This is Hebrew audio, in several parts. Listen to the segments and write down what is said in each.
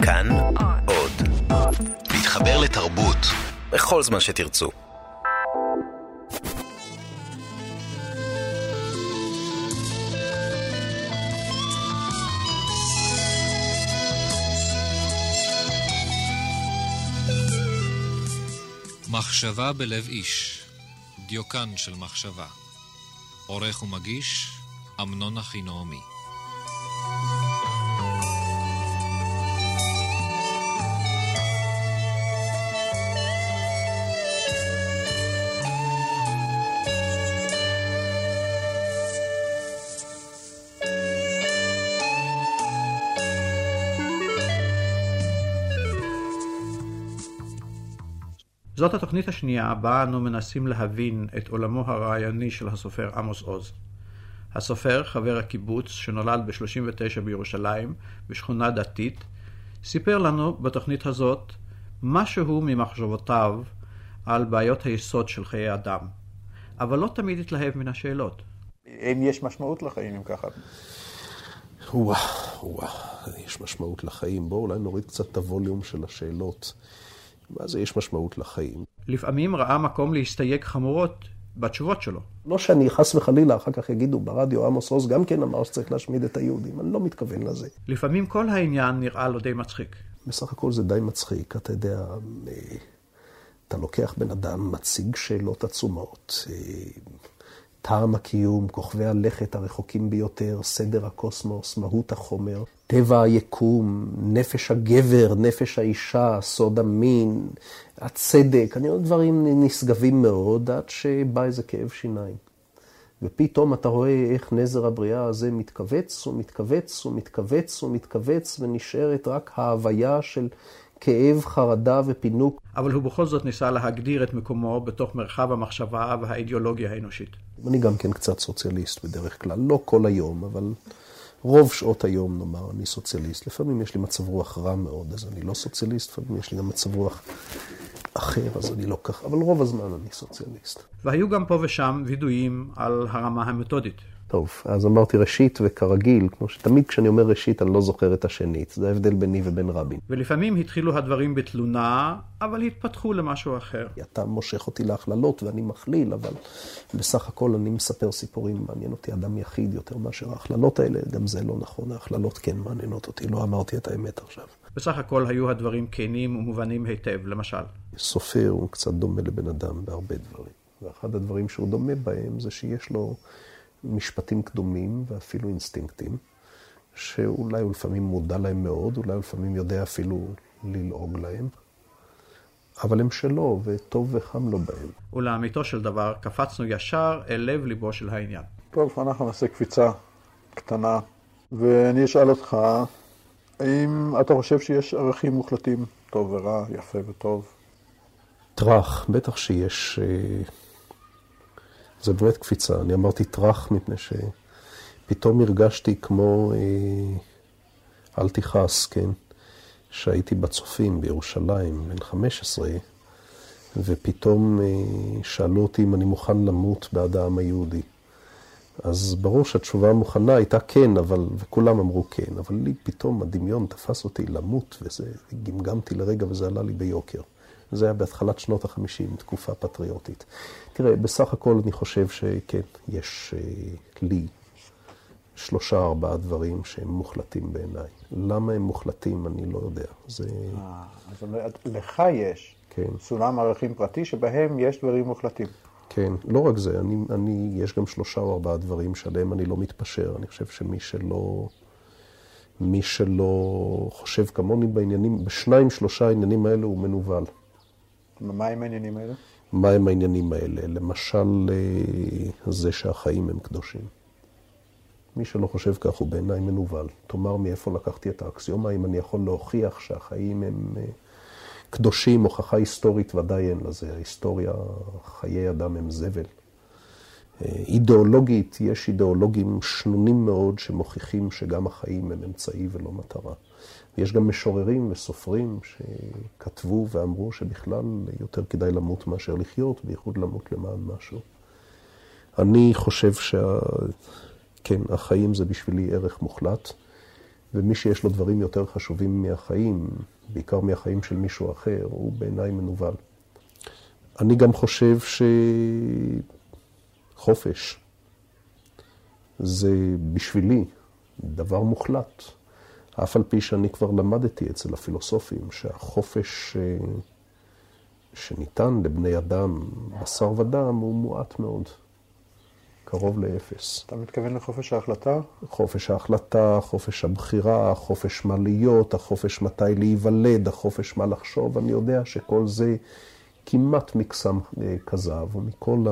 כאן עוד. להתחבר לתרבות בכל זמן שתרצו. מחשבה בלב איש, דיוקן של מחשבה. עורך ומגיש, אמנון אחינועמי. זאת התוכנית השנייה בה אנו מנסים להבין את עולמו הרעיוני של הסופר עמוס עוז. הסופר, חבר הקיבוץ שנולד ב-39 בירושלים, בשכונה דתית, סיפר לנו בתוכנית הזאת משהו ממחשבותיו על בעיות היסוד של חיי אדם, אבל לא תמיד התלהב מן השאלות. אם יש משמעות לחיים, אם ככה? יש משמעות לחיים. בואו אולי נוריד קצת את הווליום של השאלות. מה זה יש משמעות לחיים? לפעמים ראה מקום להסתייג חמורות בתשובות שלו. לא שאני חס וחלילה, אחר כך יגידו ברדיו, עמוס עוז גם כן אמר שצריך להשמיד את היהודים. אני לא מתכוון לזה. לפעמים כל העניין נראה לו די מצחיק. בסך הכל זה די מצחיק. אתה יודע, אתה לוקח בן אדם, מציג שאלות עצומות. טעם הקיום, כוכבי הלכת הרחוקים ביותר, סדר הקוסמוס, מהות החומר, טבע היקום, נפש הגבר, נפש האישה, סוד המין, הצדק, אני רואה דברים נשגבים מאוד עד שבא איזה כאב שיניים. ופתאום אתה רואה איך נזר הבריאה הזה מתכווץ ומתכווץ ומתכווץ ומתכווץ ונשארת רק ההוויה של כאב, חרדה ופינוק. אבל הוא בכל זאת ניסה להגדיר את מקומו בתוך מרחב המחשבה והאידיאולוגיה האנושית. אני גם כן קצת סוציאליסט בדרך כלל, לא כל היום, אבל רוב שעות היום נאמר אני סוציאליסט. לפעמים יש לי מצב רוח רע מאוד, אז אני לא סוציאליסט, לפעמים יש לי גם מצב רוח אחר, אז אני לא כך, אבל רוב הזמן אני סוציאליסט. והיו גם פה ושם וידויים על הרמה המתודית. טוב, אז אמרתי ראשית וכרגיל, כמו שתמיד כשאני אומר ראשית אני לא זוכר את השנית, זה ההבדל ביני ובין רבין. ולפעמים התחילו הדברים בתלונה, אבל התפתחו למשהו אחר. אתה מושך אותי להכללות ואני מכליל, אבל בסך הכל אני מספר סיפורים, מעניין אותי אדם יחיד יותר מאשר ההכללות האלה, גם זה לא נכון, ההכללות כן מעניינות אותי, לא אמרתי את האמת עכשיו. בסך הכל היו הדברים כנים ומובנים היטב, למשל. סופר הוא קצת דומה לבן אדם בהרבה דברים, ואחד הדברים שהוא דומה בהם זה שיש לו משפטים קדומים ואפילו אינסטינקטים, שאולי הוא לפעמים מודע להם מאוד, אולי הוא לפעמים יודע אפילו ללעוג להם, אבל הם שלו וטוב וחם לו בהם. ולאמיתו של דבר קפצנו ישר אל לב ליבו של העניין. טוב, אנחנו נעשה קפיצה קטנה, ואני אשאל אותך, האם אתה חושב שיש ערכים מוחלטים, טוב ורע, יפה וטוב? טרח, בטח שיש. זה באמת קפיצה. אני אמרתי טרח מפני שפתאום הרגשתי כמו אל תכעס, כן? שהייתי בצופים בירושלים, בן 15, ופתאום שאלו אותי אם אני מוכן למות בעד העם היהודי. אז ברור שהתשובה המוכנה הייתה כן, וכולם אמרו כן, אבל לי פתאום הדמיון תפס אותי למות, וזה גמגמתי לרגע וזה עלה לי ביוקר. זה היה בהתחלת שנות ה-50, תקופה פטריוטית. תראה, בסך הכל אני חושב שכן, יש לי 3-4 דברים שהם מוחלטים בעיניי. למה הם מוחלטים, אני לא יודע. אז לך יש סולם ערכים פרטי שבהם יש דברים מוחלטים. כן, לא רק זה, יש גם 3 או 4 דברים שעליהם אני לא מתפשר. אני חושב שמי שלא חושב כמוני בעניינים, ב2-3 העניינים האלה הוא מנוול. מה הם העניינים האלה? מה הם העניינים האלה? למשל, זה שהחיים הם קדושים. מי שלא חושב כך הוא בעיניי מנוול. תאמר מאיפה לקחתי את האקסיומה, אם אני יכול להוכיח שהחיים הם קדושים, הוכחה היסטורית ודאי אין לזה. ההיסטוריה, חיי אדם הם זבל. אידיאולוגית, יש אידיאולוגים שנונים מאוד שמוכיחים שגם החיים הם אמצעי ולא מטרה. יש גם משוררים וסופרים שכתבו ואמרו שבכלל יותר כדאי למות מאשר לחיות, בייחוד למות למען משהו. אני חושב כן, החיים זה בשבילי ערך מוחלט. ומי שיש לו דברים יותר חשובים מהחיים, בעיקר מהחיים של מישהו אחר, הוא בעיניי מנוול. אני גם חושב שחופש זה בשבילי דבר מוחלט. אף על פי שאני כבר למדתי אצל הפילוסופים שהחופש שניתן לבני אדם, בשר ודם, הוא מועט מאוד. קרוב לאפס. אתה מתכוון לחופש ההחלטה? חופש ההחלטה, חופש הבחירה, חופש מה להיות, החופש מתי להיוולד, החופש מה לחשוב. אני יודע שכל זה כמעט מקסם כזב, ומכל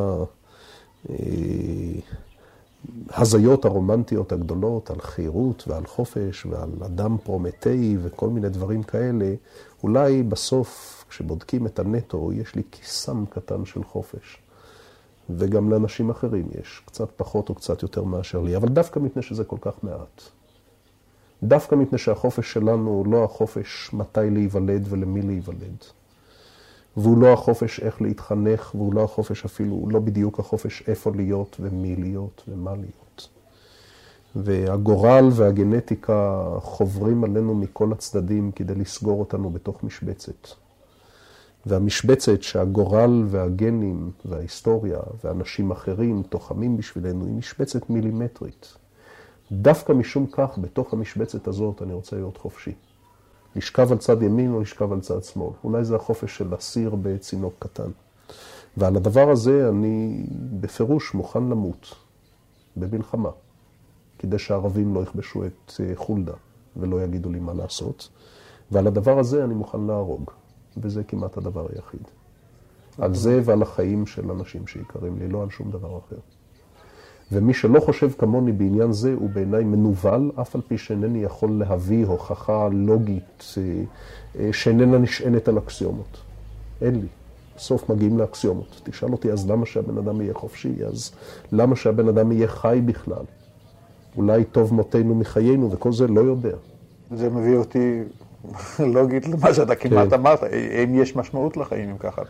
ההזיות הרומנטיות הגדולות על חירות ועל חופש ועל אדם פרומטאי וכל מיני דברים כאלה, אולי בסוף כשבודקים את הנטו יש לי כיסם קטן של חופש. וגם לאנשים אחרים יש, קצת פחות או קצת יותר מאשר לי, אבל דווקא מפני שזה כל כך מעט. דווקא מפני שהחופש שלנו הוא לא החופש מתי להיוולד ולמי להיוולד. והוא לא החופש איך להתחנך, והוא לא החופש אפילו, הוא לא בדיוק החופש איפה להיות ומי להיות ומה להיות. והגורל והגנטיקה חוברים עלינו מכל הצדדים כדי לסגור אותנו בתוך משבצת. והמשבצת שהגורל והגנים וההיסטוריה ואנשים אחרים תוחמים בשבילנו היא משבצת מילימטרית. דווקא משום כך, בתוך המשבצת הזאת אני רוצה להיות חופשי. לשכב על צד ימין או לשכב על צד שמאל. אולי זה החופש של אסיר בצינוק קטן. ועל הדבר הזה אני בפירוש מוכן למות במלחמה, כדי שהערבים לא יכבשו את חולדה ולא יגידו לי מה לעשות. ועל הדבר הזה אני מוכן להרוג. וזה כמעט הדבר היחיד. על זה ועל החיים של אנשים שיקרים לי, לא על שום דבר אחר. ומי שלא חושב כמוני בעניין זה, הוא בעיניי מנוול, אף על פי שאינני יכול להביא הוכחה לוגית שאיננה נשענת על אקסיומות. אין לי. בסוף מגיעים לאקסיומות. תשאל אותי, אז למה שהבן אדם יהיה חופשי? אז למה שהבן אדם יהיה חי בכלל? אולי טוב מותנו מחיינו, וכל זה לא יודע. זה מביא אותי לוגית למה שאתה כמעט אמרת. אם יש משמעות לחיים, אם ככה.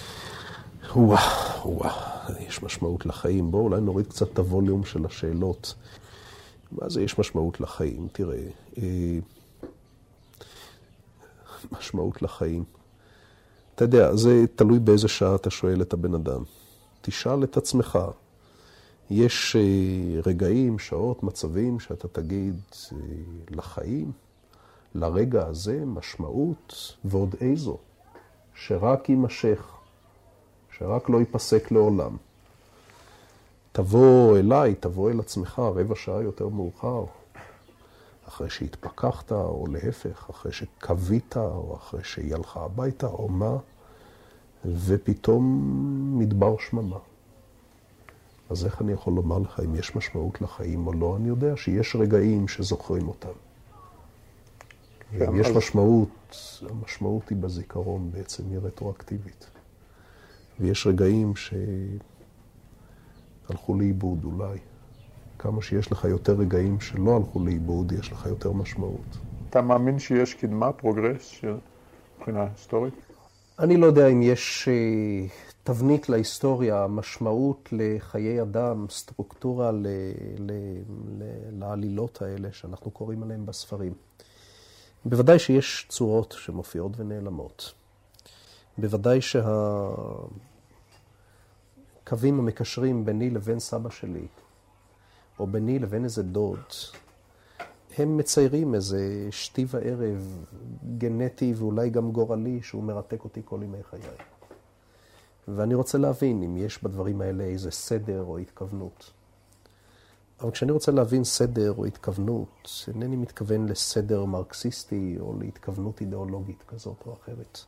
יש משמעות לחיים. בואו אולי נוריד קצת את הווליום של השאלות. מה זה יש משמעות לחיים? תראה, משמעות לחיים. אתה יודע, זה תלוי באיזה שעה אתה שואל את הבן אדם. תשאל את עצמך. יש רגעים, שעות, מצבים שאתה תגיד לחיים, לרגע הזה משמעות ועוד איזו, שרק יימשך, שרק לא ייפסק לעולם. תבוא אליי, תבוא אל עצמך רבע שעה יותר מאוחר, אחרי שהתפכחת, או להפך, אחרי שקבית, או אחרי שהיא הלכה הביתה, או מה, ופתאום מדבר שממה. אז איך אני יכול לומר לך אם יש משמעות לחיים או לא? אני יודע שיש רגעים שזוכרים אותם. אם יש משמעות, המשמעות היא בזיכרון בעצם, היא רטרואקטיבית. ויש רגעים שהלכו לאיבוד אולי. כמה שיש לך יותר רגעים שלא הלכו לאיבוד, יש לך יותר משמעות. אתה מאמין שיש קדמה, פרוגרס, מבחינה היסטורית? אני לא יודע אם יש תבנית להיסטוריה, משמעות לחיי אדם, סטרוקטורה לעלילות האלה שאנחנו קוראים עליהם בספרים. בוודאי שיש צורות שמופיעות ונעלמות. בוודאי שהקווים המקשרים ביני לבין סבא שלי, או ביני לבין איזה דוד, הם מציירים איזה שתי וערב גנטי ואולי גם גורלי שהוא מרתק אותי כל ימי חיי. ואני רוצה להבין אם יש בדברים האלה איזה סדר או התכוונות. אבל כשאני רוצה להבין סדר או התכוונות, אינני מתכוון לסדר מרקסיסטי או להתכוונות אידיאולוגית כזאת או אחרת.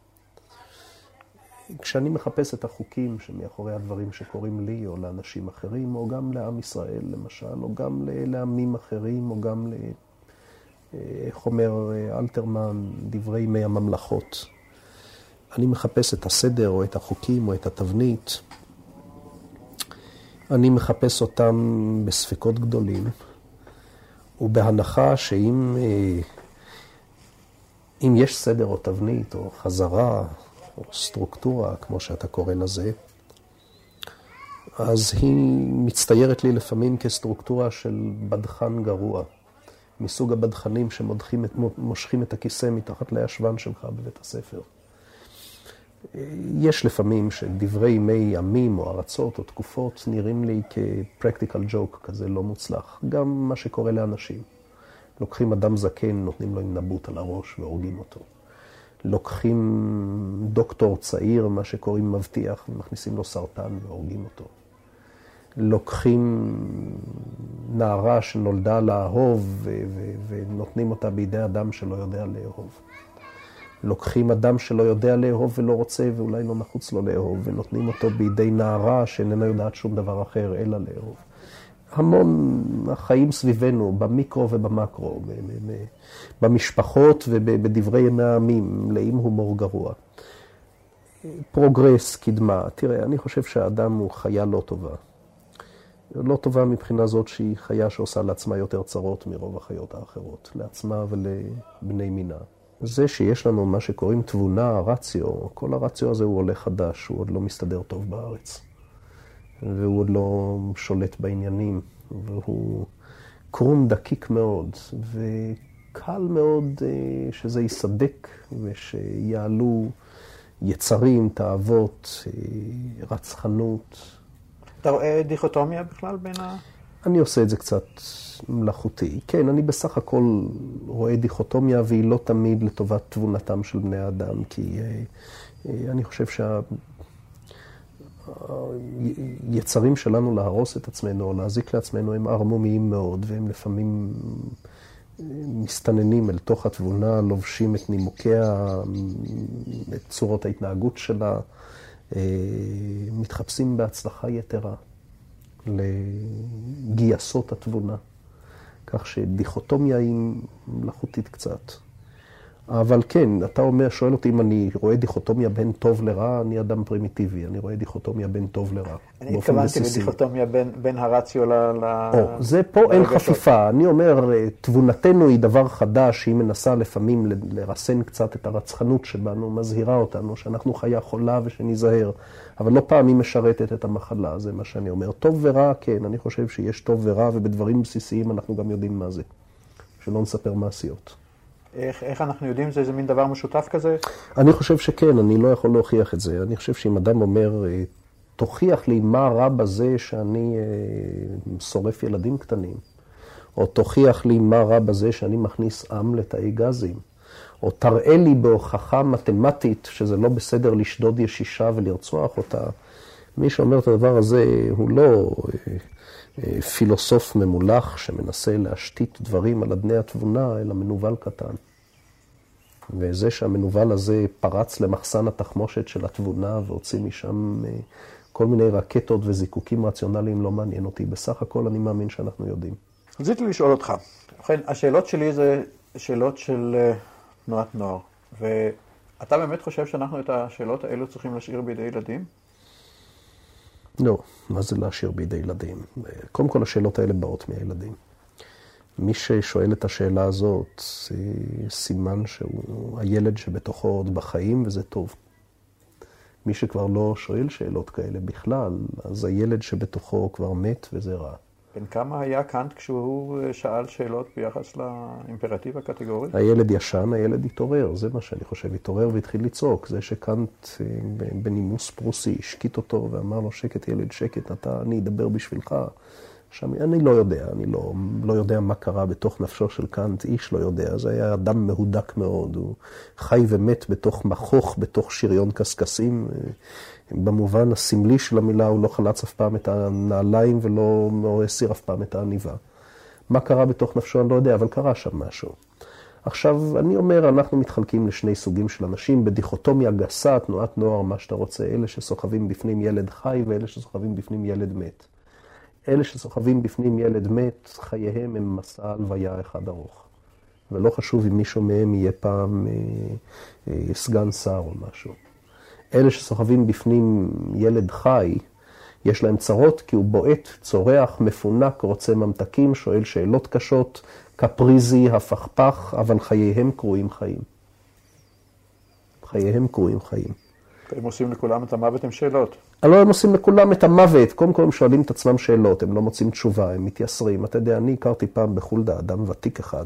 כשאני מחפש את החוקים שמאחורי הדברים שקורים לי או לאנשים אחרים, או גם לעם ישראל למשל, או גם לעמים אחרים, או גם איך אומר אלתרמן, דברי ימי הממלכות. אני מחפש את הסדר או את החוקים או את התבנית. אני מחפש אותם בספקות גדולים, ובהנחה שאם יש סדר או תבנית או חזרה או סטרוקטורה, כמו שאתה קורא לזה, אז היא מצטיירת לי לפעמים כסטרוקטורה של בדחן גרוע, מסוג הבדחנים שמושכים את הכיסא מתחת לישבן שלך בבית הספר. יש לפעמים שדברי ימי ימים או ארצות או תקופות נראים לי כפרקטיקל ג'וק כזה לא מוצלח. גם מה שקורה לאנשים. לוקחים אדם זקן, נותנים לו עם נבוט על הראש והורגים אותו. לוקחים דוקטור צעיר, מה שקוראים מבטיח, ומכניסים לו סרטן והורגים אותו. לוקחים נערה שנולדה לאהוב ונותנים אותה בידי אדם שלא יודע לאהוב. לוקחים אדם שלא יודע לאהוב ולא רוצה ואולי לא נחוץ לו לאהוב, ונותנים אותו בידי נערה שאיננה יודעת שום דבר אחר אלא לאהוב. המון החיים סביבנו, במיקרו ובמקרו, במשפחות ובדברי ימי העמים, מלאים הומור גרוע. פרוגרס, קדמה. תראה, אני חושב שהאדם הוא חיה לא טובה. לא טובה מבחינה זאת שהיא חיה שעושה לעצמה יותר צרות מרוב החיות האחרות, לעצמה ולבני מינה. זה שיש לנו מה שקוראים תבונה, הרציו, כל הרציו הזה הוא עולה חדש, הוא עוד לא מסתדר טוב בארץ. והוא עוד לא שולט בעניינים, והוא קרום דקיק מאוד, וקל מאוד שזה יסדק ושיעלו יצרים, תאוות, רצחנות. אתה רואה דיכוטומיה בכלל בין אני עושה את זה קצת מלאכותי. כן, אני בסך הכל רואה דיכוטומיה, והיא לא תמיד לטובת תבונתם של בני האדם, כי אני חושב היצרים שלנו להרוס את עצמנו או להזיק לעצמנו הם ערמומיים מאוד, והם לפעמים מסתננים אל תוך התבונה, לובשים את נימוקיה, את צורות ההתנהגות שלה, מתחפשים בהצלחה יתרה לגייסות התבונה. כך שדיכוטומיה היא מלאכותית קצת. אבל כן, אתה שואל אותי אם אני רואה דיכוטומיה בין טוב לרע, אני אדם פרימיטיבי, אני רואה דיכוטומיה בין טוב לרע. אני התכוונתי לדיכוטומיה בין הרציו זה פה אין חפיפה. אני אומר, תבונתנו היא דבר חדש, היא מנסה לפעמים לרסן קצת את הרצחנות שבנו, מזהירה אותנו, שאנחנו חיה חולה ושניזהר, אבל לא פעם היא משרתת את המחלה, זה מה שאני אומר. טוב ורע, כן, אני חושב שיש טוב ורע, ובדברים בסיסיים אנחנו גם יודעים מה זה, שלא נספר מעשיות. איך אנחנו יודעים? זה איזה מין דבר משותף כזה? אני חושב שכן, אני לא יכול להוכיח את זה. אני חושב שאם אדם אומר, תוכיח לי מה רע בזה שאני שורף ילדים קטנים, או תוכיח לי מה רע בזה שאני מכניס עם לתאי גזים, או תראה לי בהוכחה מתמטית שזה לא בסדר לשדוד ישישה ולרצוח אותה. מי שאומר את הדבר הזה הוא לא פילוסוף ממולח שמנסה להשתית דברים על אדני התבונה, אלא מנוול קטן. וזה שהמנוול הזה פרץ למחסן התחמושת של התבונה והוציא משם כל מיני רקטות וזיקוקים רציונליים לא מעניין אותי. בסך הכל אני מאמין שאנחנו יודעים. רציתי לשאול אותך. ובכן, השאלות שלי זה שאלות של תנועת נוער. ואתה באמת חושב שאנחנו את השאלות האלו צריכים להשאיר בידי ילדים? לא, מה זה להשאיר בידי ילדים? קודם כל השאלות האלה באות מהילדים. מי ששואל את השאלה הזאת, סימן שהוא הילד שבתוכו עוד בחיים, וזה טוב. מי שכבר לא שואל שאלות כאלה בכלל, אז הילד שבתוכו כבר מת וזה רע. בן כמה היה קאנט כשהוא שאל שאלות ביחס לאימפרטיב הקטגורי? הילד ישן, הילד התעורר, זה מה שאני חושב, התעורר והתחיל לצעוק. זה שקאנט בנימוס פרוסי השקיט אותו ואמר לו, שקט ילד, שקט, אני אדבר בשבילך. אני לא יודע, אני לא יודע מה קרה בתוך נפשו של קאנט, איש לא יודע, זה היה אדם מהודק מאוד, הוא חי ומת בתוך מכוך, בתוך שריון קסקסים, במובן הסמלי של המילה הוא לא חלץ אף פעם את הנעליים ולא הסיר אף פעם את העניבה. מה קרה בתוך נפשו אני לא יודע, אבל קרה שם משהו. עכשיו, אני אומר, אנחנו מתחלקים לשני סוגים של אנשים, בדיכוטומיה גסה, תנועת נוער, מה שאתה רוצה, אלה שסוחבים בפנים ילד חי ואלה שסוחבים בפנים ילד מת. אלה שסוחבים בפנים ילד מת, חייהם הם מסע הלוויה אחד ארוך. ולא חשוב אם מישהו מהם יהיה פעם סגן שר או משהו. אלה שסוחבים בפנים ילד חי, יש להם צרות כי הוא בועט, צורח, מפונק, רוצה ממתקים, שואל שאלות קשות, קפריזי, הפכפך, אבל חייהם קרויים חיים. חייהם קרויים חיים. הם עושים לכולם את המוות עם שאלות. לא, הם עושים לכולם את המוות. קודם כל הם שואלים את עצמם שאלות, הם לא מוצאים תשובה, הם מתייסרים. אתה יודע, אני הכרתי פעם בחולדה אדם ותיק אחד,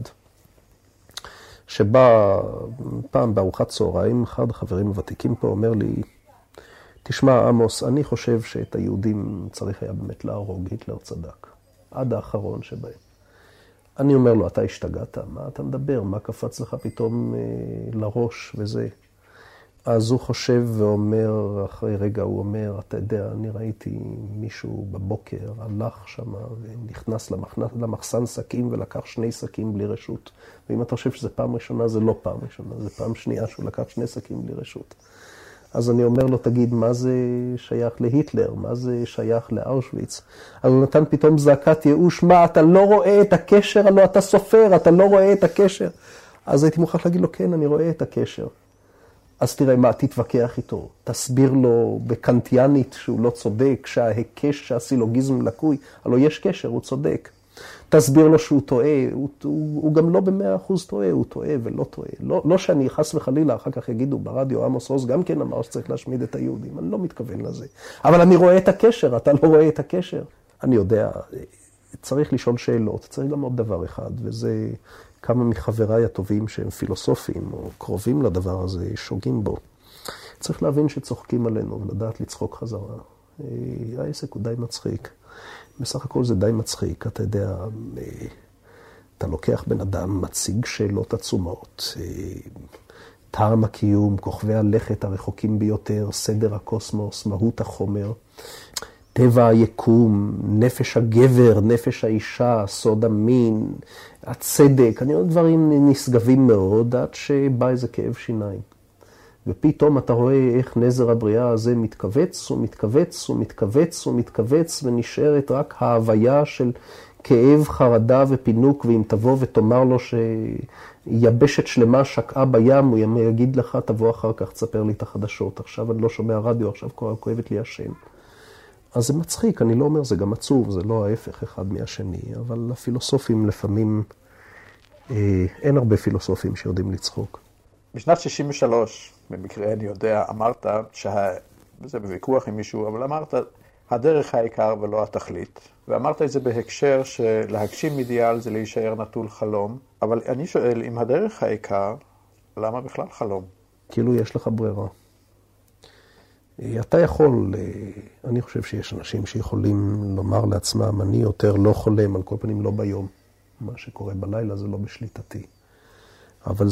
שבא פעם בארוחת צהריים, אחד החברים הוותיקים פה אומר לי, תשמע עמוס, אני חושב שאת היהודים צריך היה באמת להרוג, היטלר צדק. עד האחרון שבהם. אני אומר לו, אתה השתגעת, מה אתה מדבר? מה קפץ לך פתאום לראש וזה? אז הוא חושב ואומר, אחרי רגע הוא אומר, אתה יודע, אני ראיתי מישהו בבוקר, הלך שם ונכנס למחסן שקים ולקח 2 שקים בלי רשות. ואם אתה חושב שזה פעם ראשונה, זה לא פעם ראשונה, זה פעם שנייה שהוא לקח 2 שקים בלי רשות. אז אני אומר לו, תגיד, מה זה שייך להיטלר? מה זה שייך לאושוויץ? אז הוא נתן פתאום זעקת ייאוש, מה, אתה לא רואה את הקשר? הלוא אתה סופר, אתה לא רואה את הקשר. אז הייתי מוכרח להגיד לו, כן, אני רואה את הקשר. אז תראה מה, תתווכח איתו. תסביר לו בקנטיאנית שהוא לא צודק, שההיקש, שהסילוגיזם לקוי, הלוא יש קשר, הוא צודק. תסביר לו שהוא טועה, הוא גם לא ב100% טועה, הוא טועה ולא טועה. לא שאני חס וחלילה, אחר כך יגידו ברדיו, עמוס עוז גם כן אמר שצריך להשמיד את היהודים, אני לא מתכוון לזה. אבל אני רואה את הקשר, אתה לא רואה את הקשר. אני יודע, צריך לשאול שאלות, צריך גם עוד דבר אחד, וזה כמה מחבריי הטובים שהם פילוסופים או קרובים לדבר הזה, שוגים בו. צריך להבין שצוחקים עלינו ולדעת לצחוק חזרה. העסק הוא די מצחיק. בסך הכל זה די מצחיק, אתה יודע, אתה לוקח בן אדם, מציג שאלות עצומות, טעם הקיום, כוכבי הלכת הרחוקים ביותר, סדר הקוסמוס, מהות החומר, טבע היקום, נפש הגבר, נפש האישה, סוד המין, הצדק, אני יודע דברים נשגבים מאוד, עד שבא איזה כאב שיניים. ופתאום אתה רואה איך נזר הבריאה הזה מתכווץ ומתכווץ ומתכווץ ומתכווץ, ונשארת רק ההוויה של כאב, חרדה ופינוק, ואם תבוא ותאמר לו שיבשת שלמה שקעה בים, הוא יגיד לך, תבוא אחר כך, תספר לי את החדשות. עכשיו אני לא שומע רדיו, עכשיו כואבת לי השם. אז זה מצחיק, אני לא אומר, זה גם עצוב, זה לא ההפך אחד מהשני, אבל הפילוסופים לפעמים, אין הרבה פילוסופים שיודעים לצחוק. בשנת 63, במקרה אני יודע, אמרת, זה בוויכוח עם מישהו, אבל אמרת, הדרך העיקר ולא התכלית. ואמרת את זה בהקשר שלהגשים אידיאל זה להישאר נטול חלום. אבל אני שואל, אם הדרך העיקר, למה בכלל חלום? כאילו יש לך ברירה. אתה יכול, אני חושב שיש אנשים שיכולים לומר לעצמם, אני יותר לא חולם, על כל פנים לא ביום. מה שקורה בלילה זה לא בשליטתי. אבל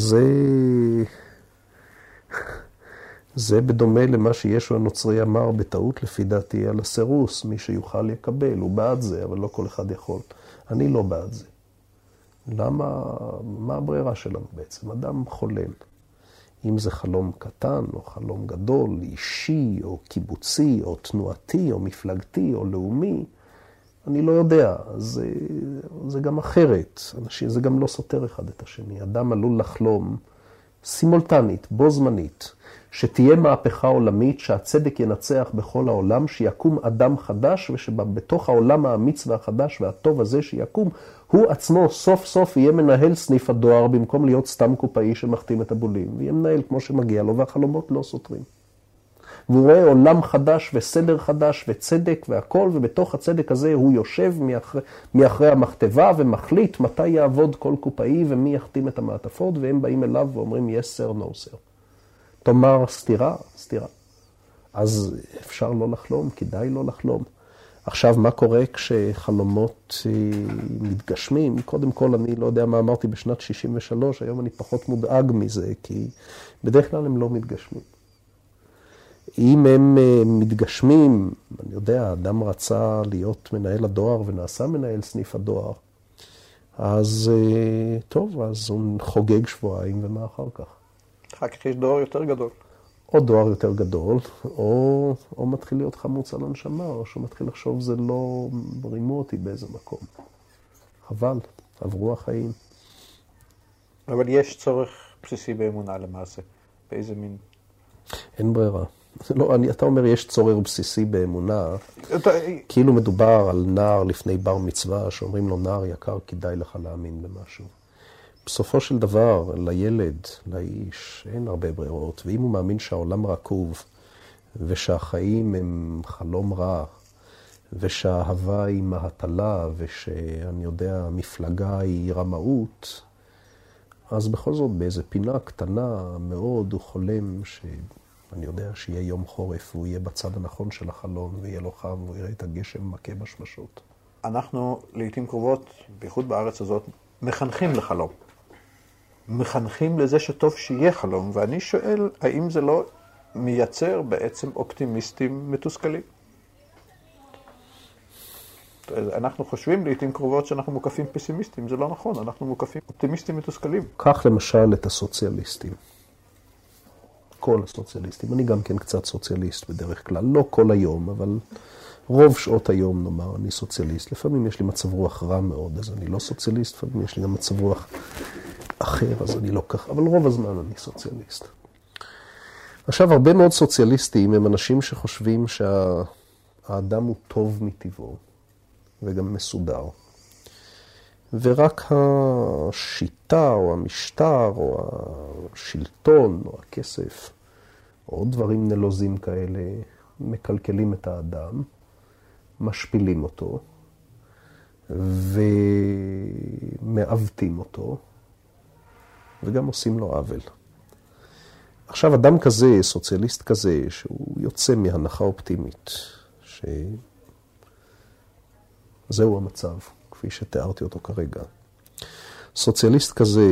זה בדומה למה שישו הנוצרי אמר בטעות לפי דעתי על הסירוס, מי שיוכל יקבל, הוא בעד זה, אבל לא כל אחד יכול. אני לא בעד זה. למה, מה הברירה שלנו בעצם? אדם חולם. אם זה חלום קטן או חלום גדול, אישי או קיבוצי או תנועתי או מפלגתי או לאומי, אני לא יודע, זה גם אחרת, זה גם לא סותר אחד את השני. אדם עלול לחלום סימולטנית, בו זמנית, שתהיה מהפכה עולמית, שהצדק ינצח בכל העולם, שיקום אדם חדש, ושבתוך העולם האמיץ והחדש והטוב הזה שיקום, הוא עצמו סוף סוף יהיה מנהל סניף הדואר, במקום להיות סתם קופאי שמחתים את הבולים, ויהיה מנהל כמו שמגיע לו, והחלומות לא סותרים. והוא רואה עולם חדש וסדר חדש וצדק והכל, ובתוך הצדק הזה הוא יושב מאחרי המכתבה ומחליט מתי יעבוד כל קופאי ומי יחתים את המעטפות, והם באים אליו ואומרים yes sir, no sir. תאמר סתירה. אז אפשר לא לחלום, כדאי לא לחלום. עכשיו, מה קורה כשחלומות מתגשמים? קודם כל, אני לא יודע מה אמרתי בשנת 63, היום אני פחות מודאג מזה, כי בדרך כלל הם לא מתגשמים. אם הם מתגשמים, אני יודע, אדם רצה להיות מנהל הדואר ונעשה מנהל סניף הדואר, אז טוב, אז הוא חוגג שבועיים ומה אחר כך. אחר כך יש דואר יותר גדול. או דואר יותר גדול, או מתחיל להיות חמוץ על הנשמה, או שהוא מתחיל לחשוב זה לא רימו אותי באיזה מקום. חבל, עברו החיים. אבל יש צורך בסיסי באמונה למעשה. באיזה מין? אין ברירה. לא, אתה אומר יש צורך בסיסי באמונה, כאילו מדובר על נער לפני בר מצווה, שאומרים לו נער יקר, כדאי לך להאמין במשהו. בסופו של דבר, לילד, לאיש, אין הרבה ברירות, ואם הוא מאמין שהעולם רקוב, ושהחיים הם חלום רע, ושהאהבה היא מהטלה, ושאני יודע, המפלגה היא רמאות, אז בכל זאת באיזה פינה קטנה מאוד הוא חולם שאני יודע שיהיה יום חורף, והוא יהיה בצד הנכון של החלון, ויהיה לו חם, והוא יראה את הגשם מכה בשמשות. אנחנו לעתים קרובות, בייחוד בארץ הזאת, מחנכים לחלום. מחנכים לזה שטוב שיהיה חלום, ואני שואל, האם זה לא מייצר בעצם אופטימיסטים מתוסכלים? אנחנו חושבים לעתים קרובות שאנחנו מוקפים פסימיסטים, זה לא נכון, אנחנו מוקפים אופטימיסטים מתוסכלים. קח למשל את הסוציאליסטים. כל הסוציאליסטים. אני גם כן קצת סוציאליסט בדרך כלל, לא כל היום, אבל רוב שעות היום נאמר, אני סוציאליסט. לפעמים יש לי מצב רוח רע מאוד, אז אני לא סוציאליסט, לפעמים יש לי גם מצב רוח אחר, אז אני לא כך, אבל רוב הזמן אני סוציאליסט. עכשיו, הרבה מאוד סוציאליסטים הם אנשים שחושבים שהאדם הוא טוב מטבעו, וגם מסודר. ורק השיטה או המשטר או השלטון או הכסף או דברים נלוזים כאלה מקלקלים את האדם, משפילים אותו ומעוותים אותו וגם עושים לו עוול. עכשיו אדם כזה, סוציאליסט כזה, שהוא יוצא מהנחה אופטימית, זהו המצב, כפי שתיארתי אותו כרגע. סוציאליסט כזה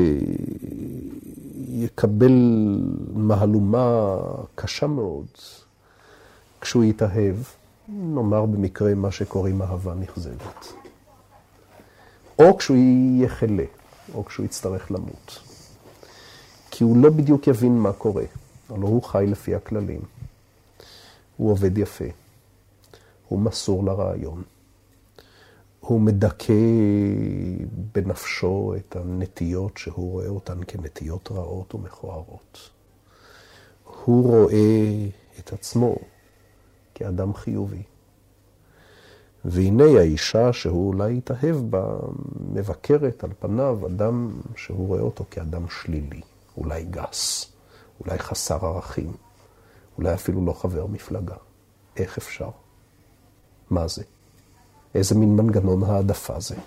יקבל מהלומה קשה מאוד כשהוא יתאהב, נאמר במקרה מה שקוראים אהבה נכזבת. או כשהוא יהיה חלה, או כשהוא יצטרך למות. כי הוא לא בדיוק יבין מה קורה, אבל הוא חי לפי הכללים. הוא עובד יפה, הוא מסור לרעיון. הוא מדכא בנפשו את הנטיות שהוא רואה אותן כנטיות רעות ומכוערות. הוא רואה את עצמו כאדם חיובי. והנה האישה שהוא אולי יתאהב בה מבקרת על פניו אדם שהוא רואה אותו כאדם שלילי, אולי גס, אולי חסר ערכים, אולי אפילו לא חבר מפלגה. איך אפשר? מה זה? איזה מין מנגנון העדפה זה.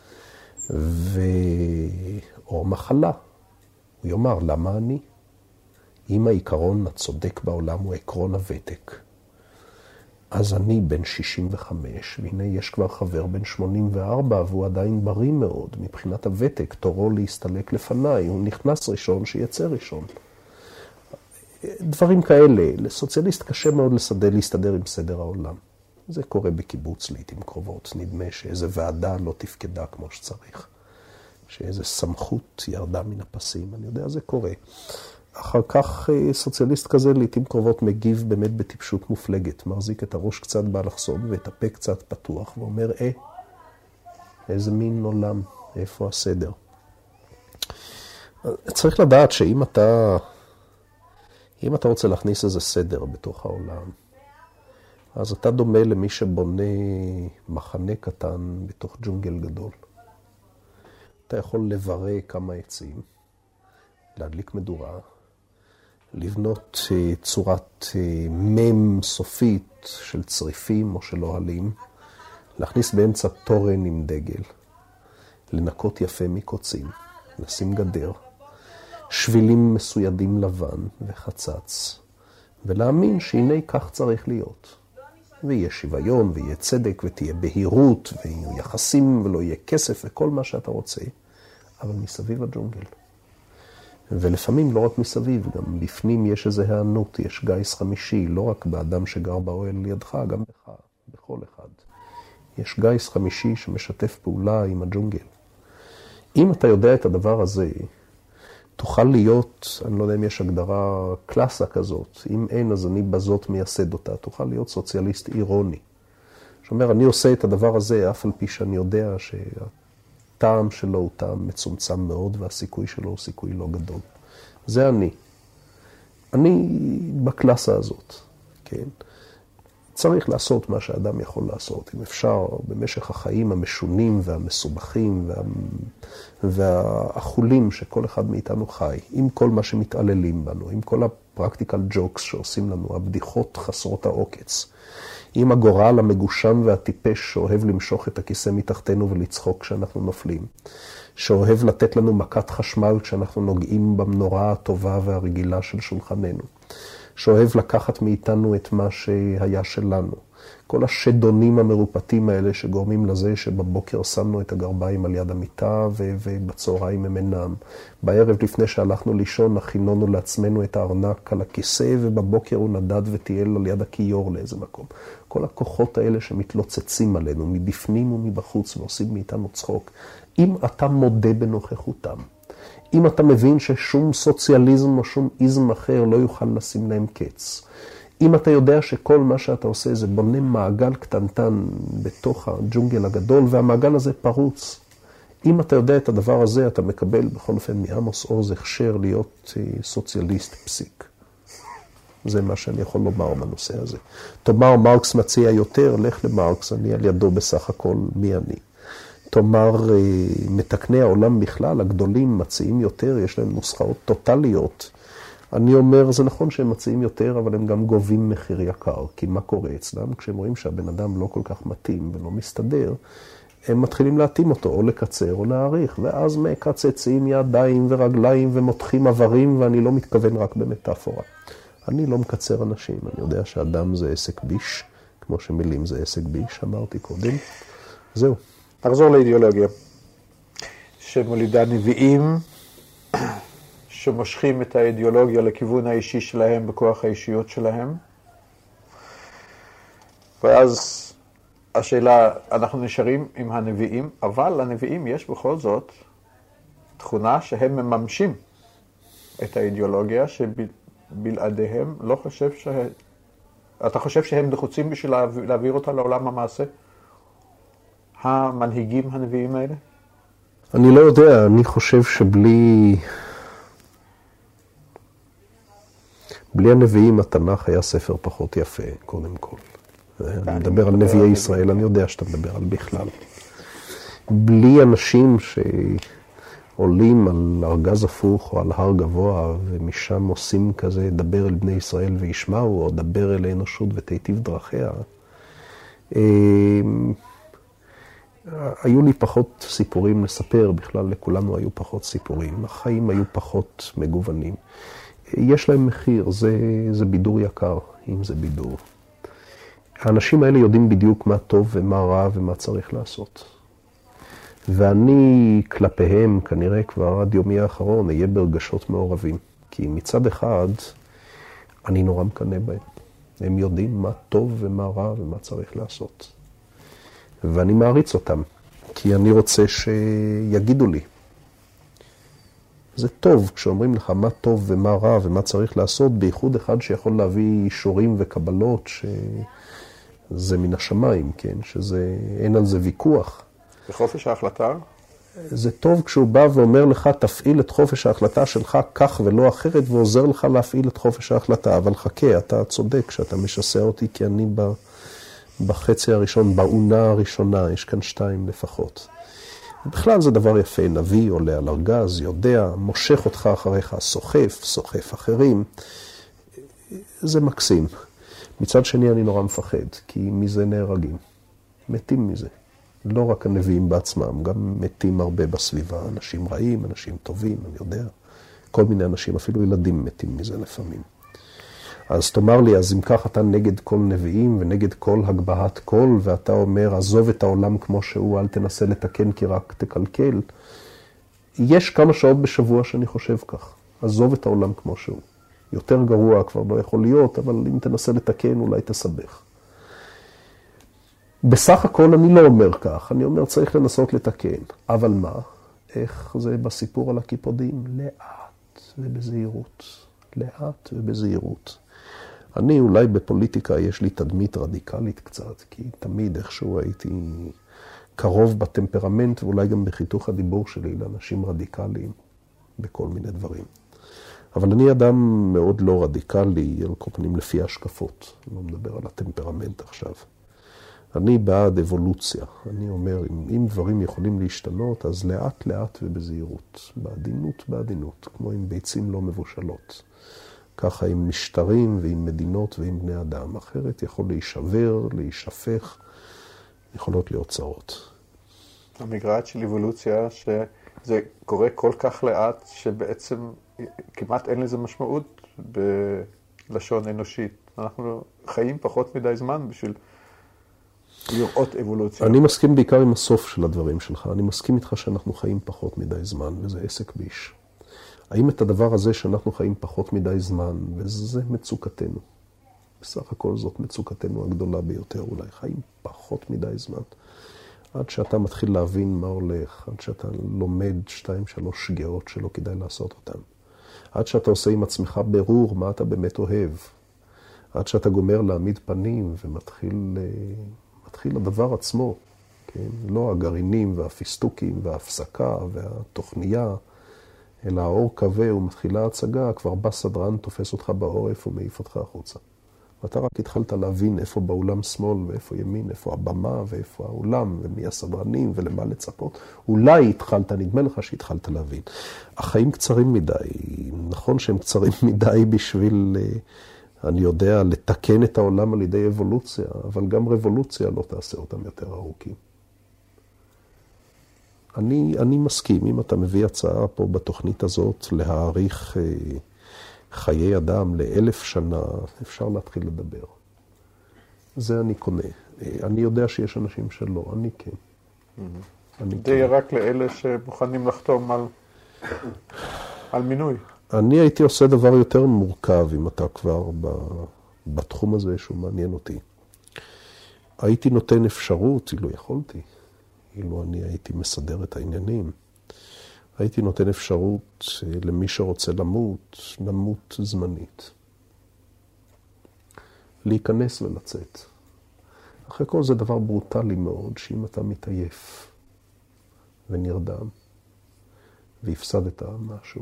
או מחלה. הוא יאמר, למה אני? אם העיקרון הצודק בעולם הוא עקרון הוותק, אז אני בן 65, והנה יש כבר חבר בן 84, והוא עדיין בריא מאוד. מבחינת הוותק, תורו להסתלק לפניי, הוא נכנס ראשון, שיצא ראשון. דברים כאלה, לסוציאליסט קשה מאוד להסתדר עם סדר העולם. זה קורה בקיבוץ לעתים קרובות. נדמה שאיזו ועדה לא תפקדה כמו שצריך. שאיזו סמכות ירדה מן הפסים. אני יודע, זה קורה. אחר כך סוציאליסט כזה לעתים קרובות מגיב באמת בטיפשות מופלגת. מחזיק את הראש קצת באלכסון ואת הפה קצת פתוח ואומר, איזה מין עולם, איפה הסדר? צריך לדעת שאם אתה רוצה להכניס איזה סדר בתוך העולם, אז אתה דומה למי שבונה מחנה קטן בתוך ג'ונגל גדול. אתה יכול לברא כמה עצים, להדליק מדורה, לבנות צורת מם סופית של צריפים או של אוהלים, להכניס באמצע תורן עם דגל, לנקות יפה מקוצים, לשים גדר, שבילים מסוידים לבן וחצץ, ולהאמין שהנה כך צריך להיות. ויהיה שוויון, ויהיה צדק, ותהיה בהירות, ויהיו יחסים, ולא יהיה כסף, וכל מה שאתה רוצה, אבל מסביב הג'ונגל. ולפעמים לא רק מסביב, גם בפנים יש איזו הענות, יש גיס חמישי, לא רק באדם שגר באוהל לידך, גם בך, בכל אחד. יש גיס חמישי שמשתף פעולה עם הג'ונגל. אם אתה יודע את הדבר הזה, תוכל להיות, אני לא יודע אם יש הגדרה קלאסה כזאת, אם אין אז אני בזאת מייסד אותה, תוכל להיות סוציאליסט אירוני. שאומר, אני עושה את הדבר הזה, אף על פי שאני יודע שהטעם שלו הוא טעם מצומצם מאוד, והסיכוי שלו הוא סיכוי לא גדול. זה אני. אני בקלאסה הזאת, כן? צריך לעשות מה שאדם יכול לעשות. אם אפשר, במשך החיים המשונים והמסובכים והאכולים שכל אחד מאיתנו חי, עם כל מה שמתעללים בנו, עם כל הפרקטיקל ג'וקס שעושים לנו, הבדיחות חסרות העוקץ. עם הגורל המגושם והטיפש שאוהב למשוך את הכיסא מתחתנו ולצחוק כשאנחנו נופלים. שאוהב לתת לנו מכת חשמל כשאנחנו נוגעים במנורה הטובה והרגילה של שולחננו. שאוהב לקחת מאיתנו את מה שהיה שלנו. כל השדונים המרופטים האלה שגורמים לזה שבבוקר שמנו את הגרביים על יד המיטה ובצהריים הם אינם. בערב לפני שהלכנו לישון הכינונו לעצמנו את הארנק על הכיסא ובבוקר הוא נדד וטייל על יד הכיור לאיזה מקום. כל הכוחות האלה שמתלוצצים עלינו מבפנים ומבחוץ ועושים מאיתנו צחוק. אם אתה מודה בנוכחותם, אם אתה מבין ששום סוציאליזם או שום איזם אחר לא יוכל לשים להם קץ, אם אתה יודע שכל מה שאתה עושה זה בונה מעגל קטנטן בתוך הג'ונגל הגדול והמעגל הזה פרוץ, אם אתה יודע את הדבר הזה אתה מקבל בכל אופן מעמוס עוז הכשר להיות סוציאליסט פסיק. זה מה שאני יכול לומר בנושא הזה. תאמר מרקס מציע יותר, לך למרקס, אני על ידו בסך הכל מי אני. תאמר, מתקני העולם בכלל, הגדולים מציעים יותר, יש להם נוסחאות טוטליות. אני אומר, זה נכון שהם מציעים יותר, אבל הם גם גובים מחיר יקר. כי מה קורה אצלם? כשהם רואים שהבן אדם לא כל כך מתאים ולא מסתדר, הם מתחילים להתאים אותו, או לקצר או להאריך, ואז מקצצים ידיים ורגליים ומותחים עברים, ואני לא מתכוון רק במטאפורה. אני לא מקצר אנשים, אני יודע שאדם זה עסק ביש, כמו שמילים זה עסק ביש, אמרתי קודם. זהו. נחזור לאידיאולוגיה, שמולידה נביאים שמושכים את האידיאולוגיה לכיוון האישי שלהם בכוח האישיות שלהם. ואז השאלה, אנחנו נשארים עם הנביאים, אבל לנביאים יש בכל זאת תכונה שהם מממשים את האידיאולוגיה שבלעדיהם לא חושב אתה חושב שהם נחוצים בשביל להעביר אותה לעולם המעשה? המנהיגים הנביאים האלה? אני לא יודע, אני חושב שבלי הנביאים התנ"ך היה ספר פחות יפה, קודם כל. אני מדבר על נביאי ישראל, אני יודע שאתה מדבר על בכלל. בלי אנשים שעולים על ארגז הפוך או על הר גבוה, ומשם עושים כזה, דבר אל בני ישראל וישמעו, או דבר אל האנושות ותיטיב דרכיה. היו לי פחות סיפורים לספר, בכלל לכולנו היו פחות סיפורים, החיים היו פחות מגוונים. יש להם מחיר, זה בידור יקר, אם זה בידור. האנשים האלה יודעים בדיוק מה טוב ומה רע ומה צריך לעשות. ואני כלפיהם, כנראה כבר עד יומי האחרון, אהיה ברגשות מעורבים. כי מצד אחד, אני נורא מקנא בהם. הם יודעים מה טוב ומה רע ומה צריך לעשות. ואני מעריץ אותם, כי אני רוצה שיגידו לי. זה טוב כשאומרים לך מה טוב ומה רע ומה צריך לעשות, בייחוד אחד שיכול להביא אישורים וקבלות שזה מן השמיים, כן? אין על זה ויכוח. וחופש ההחלטה? זה טוב כשהוא בא ואומר לך, תפעיל את חופש ההחלטה שלך כך ולא אחרת, ועוזר לך להפעיל את חופש ההחלטה. אבל חכה, אתה צודק שאתה משסע אותי, כי אני בחצי הראשון, בעונה הראשונה, יש כאן 2 לפחות. בכלל זה דבר יפה, נביא עולה על ארגז, יודע, מושך אותך אחריך, סוחף אחרים. זה מקסים. מצד שני אני נורא מפחד, כי מזה נהרגים. מתים מזה. לא רק הנביאים בעצמם, גם מתים הרבה בסביבה. אנשים רעים, אנשים טובים, אני יודע. כל מיני אנשים, אפילו ילדים מתים מזה לפעמים. אז תאמר לי, אז אם כך אתה נגד כל נביאים ונגד כל הגבהת קול, ואתה אומר, עזוב את העולם כמו שהוא, אל תנסה לתקן כי רק תקלקל. יש כמה שעות בשבוע שאני חושב כך. עזוב את העולם כמו שהוא. יותר גרוע כבר לא יכול להיות, אבל אם תנסה לתקן אולי תסבך. בסך הכל אני לא אומר כך, אני אומר צריך לנסות לתקן. אבל מה? איך זה בסיפור על הקיפודים? לאט ובזהירות. לאט ובזהירות. אני אולי בפוליטיקה יש לי תדמית רדיקלית קצת, כי תמיד איכשהו הייתי קרוב בטמפרמנט, ואולי גם בחיתוך הדיבור שלי לאנשים רדיקליים בכל מיני דברים. אבל אני אדם מאוד לא רדיקלי, על כל פנים לפי השקפות. אני לא מדבר על הטמפרמנט עכשיו. אני בעד אבולוציה. אני אומר, אם דברים יכולים להשתנות, אז לאט לאט ובזהירות. בעדינות, כמו עם ביצים לא מבושלות. ככה עם משטרים ועם מדינות ועם בני אדם. אחרת יכול להישבר, להישפך, יכולות להיות צרות. המגרעת של אבולוציה, שזה קורה כל כך לאט, שבעצם כמעט אין לזה משמעות בלשון אנושית. אנחנו חיים פחות מדי זמן בשביל לראות אבולוציה. אני מסכים בעיקר עם הסוף של הדברים שלך. אני מסכים איתך שאנחנו חיים פחות מדי זמן, וזה עסק ביש. האם את הדבר הזה שאנחנו חיים פחות מדי זמן, וזה מצוקתנו. בסך הכל זאת מצוקתנו הגדולה ביותר, אולי חיים פחות מדי זמן. עד שאתה מתחיל להבין מה הולך, עד שאתה לומד 2-3 שגיאות שלא כדאי לעשות אותן. עד שאתה עושה עם עצמך ברור מה אתה באמת אוהב. עד שאתה גומר להעמיד פנים ומתחיל הדבר עצמו. כן? לא הגרעינים והפיסטוקים וההפסקה והתוכניה, אלא האור כבה ומתחילה הצגה, כבר בא סדרן, תופס אותך בעורף ומעיף אותך החוצה. ואתה רק התחלת להבין איפה באולם שמאל ואיפה ימין, איפה הבמה ואיפה האולם ומי הסדרנים ולמה לצפות. אולי התחלת, נדמה לך שהתחלת להבין. החיים קצרים מדי, נכון שהם קצרים מדי בשביל, אני יודע, לתקן את העולם על ידי אבולוציה, אבל גם רבולוציה לא תעשה אותם יותר ארוכים. אני מסכים, אם אתה מביא הצעה פה בתוכנית הזאת להאריך חיי אדם ל1000 שנה, אפשר להתחיל לדבר. זה אני קונה. אני יודע שיש אנשים שלא, אני כן. זה יהיה רק לאלה שמוכנים לחתום על מינוי. אני הייתי עושה דבר יותר מורכב, אם אתה כבר בתחום הזה שהוא מעניין אותי. הייתי נותן אפשרות, אילו יכולתי, אילו אני הייתי מסדר את העניינים. הייתי נותן אפשרות למי שרוצה למות זמנית. להיכנס ולצאת. אחרי כל זה דבר ברוטלי מאוד, שאם אתה מתעייף ונרדם, והפסדת משהו,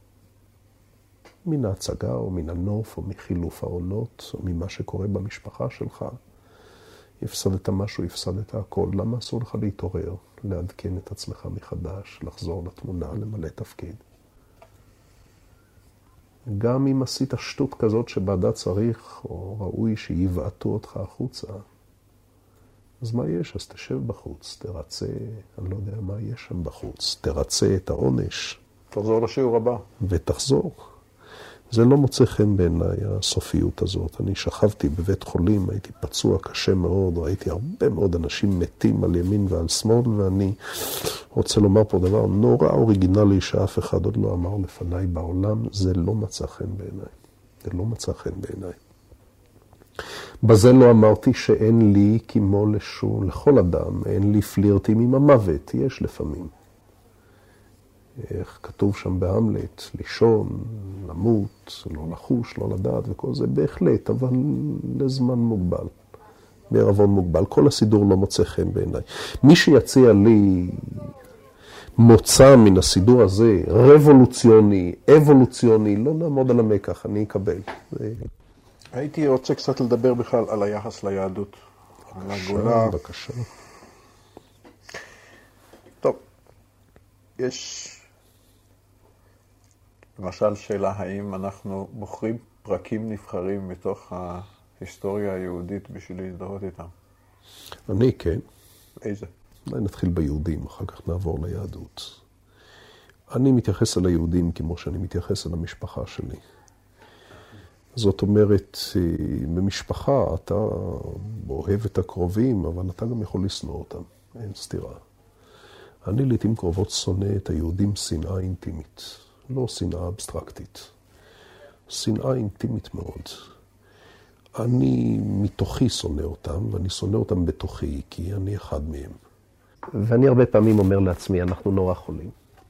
מן ההצגה או מן הנוף או מחילוף העונות או ממה שקורה במשפחה שלך, הפסדת משהו, הפסדת הכל. למה אסור לך להתעורר, לעדכן את עצמך מחדש, לחזור לתמונה, למלא תפקיד? גם אם עשית שטות כזאת שבעדה צריך או ראוי שיבעטו אותך החוצה, אז מה יש? אז תשב בחוץ, תרצה, אני לא יודע מה יש שם בחוץ, תרצה את העונש. תחזור לשיעור הבא. ותחזור. זה לא מוצא חן בעיניי, הסופיות הזאת. אני שכבתי בבית חולים, הייתי פצוע קשה מאוד, ראיתי הרבה מאוד אנשים מתים על ימין ועל שמאל, ואני רוצה לומר פה דבר נורא אוריגינלי שאף אחד עוד לא אמר לפניי בעולם, זה לא מצא חן בעיניי. זה לא מצא חן בעיניי. בזה לא אמרתי שאין לי כמו לכל אדם, אין לי פלירטים עם המוות, יש לפעמים. איך כתוב שם בהמלט, לישון, למות, לא לחוש, לא לדעת וכל זה, בהחלט, אבל לזמן מוגבל, בערבון מוגבל. כל הסידור לא מוצא חן בעיניי. מי שיציע לי מוצא מן הסידור הזה, רבולוציוני, אבולוציוני, לא נעמוד על המקח, אני אקבל. הייתי רוצה קצת לדבר בכלל על היחס ליהדות. בבקשה. טוב, יש למשל שאלה האם אנחנו בוחרים פרקים נבחרים מתוך ההיסטוריה היהודית בשביל להזדהות איתם. אני כן. איזה? אולי נתחיל ביהודים, אחר כך נעבור ליהדות. אני מתייחס אל היהודים כמו שאני מתייחס אל המשפחה שלי. זאת אומרת, במשפחה אתה אוהב את הקרובים, אבל אתה גם יכול לשנוא אותם. אין סתירה. אני לעתים קרובות שונא את היהודים שנאה אינטימית. לא שנאה אבסטרקטית. שנאה אינטימית מאוד. אני מתוכי שונא אותם, ואני שונא אותם בתוכי, כי אני אחד מהם. ואני הרבה פעמים אומר לעצמי, אנחנו נורא חולים.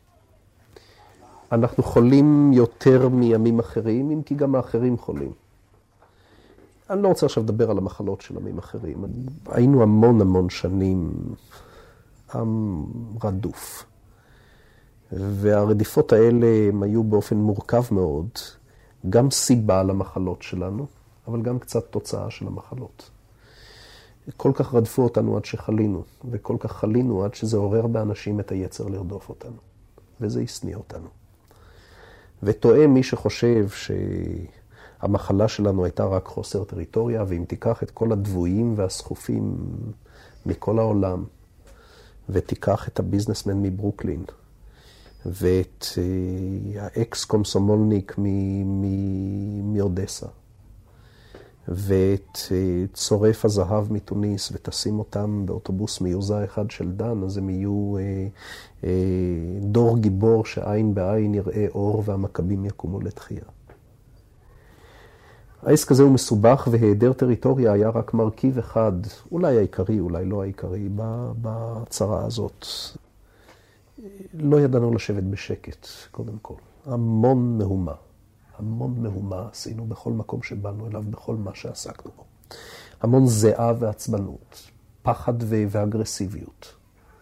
אנחנו חולים יותר מימים אחרים, אם כי גם האחרים חולים. אני לא רוצה עכשיו לדבר על המחלות של ימים אחרים. היינו המון שנים עם רדוף. והרדיפות האלה הם היו באופן מורכב מאוד, גם סיבה למחלות שלנו, אבל גם קצת תוצאה של המחלות. כל כך רדפו אותנו עד שחלינו, וכל כך חלינו עד שזה עורר באנשים את היצר לרדוף אותנו. וזה הסניע אותנו. וטועה מי שחושב המחלה שלנו הייתה רק חוסר טריטוריה, ואם תיקח את כל הדבויים והסחופים מכל העולם, ותיקח את הביזנסמן מברוקלין, ואת האקס קומסומולניק מאודסה, ואת צורף הזהב מתוניס, ותשים אותם באוטובוס מיוזע אחד של דן, אז הם יהיו דור גיבור שעין בעין יראה אור והמכבים יקומו לתחייה. העסק הזה הוא מסובך, והיעדר טריטוריה היה רק מרכיב אחד, אולי העיקרי, אולי לא העיקרי, בצרה הזאת. לא ידענו לשבת בשקט, קודם כל. המון מהומה עשינו בכל מקום שבאנו אליו, בכל מה שעסקנו בו. המון זהה ועצבנות, פחד ואגרסיביות.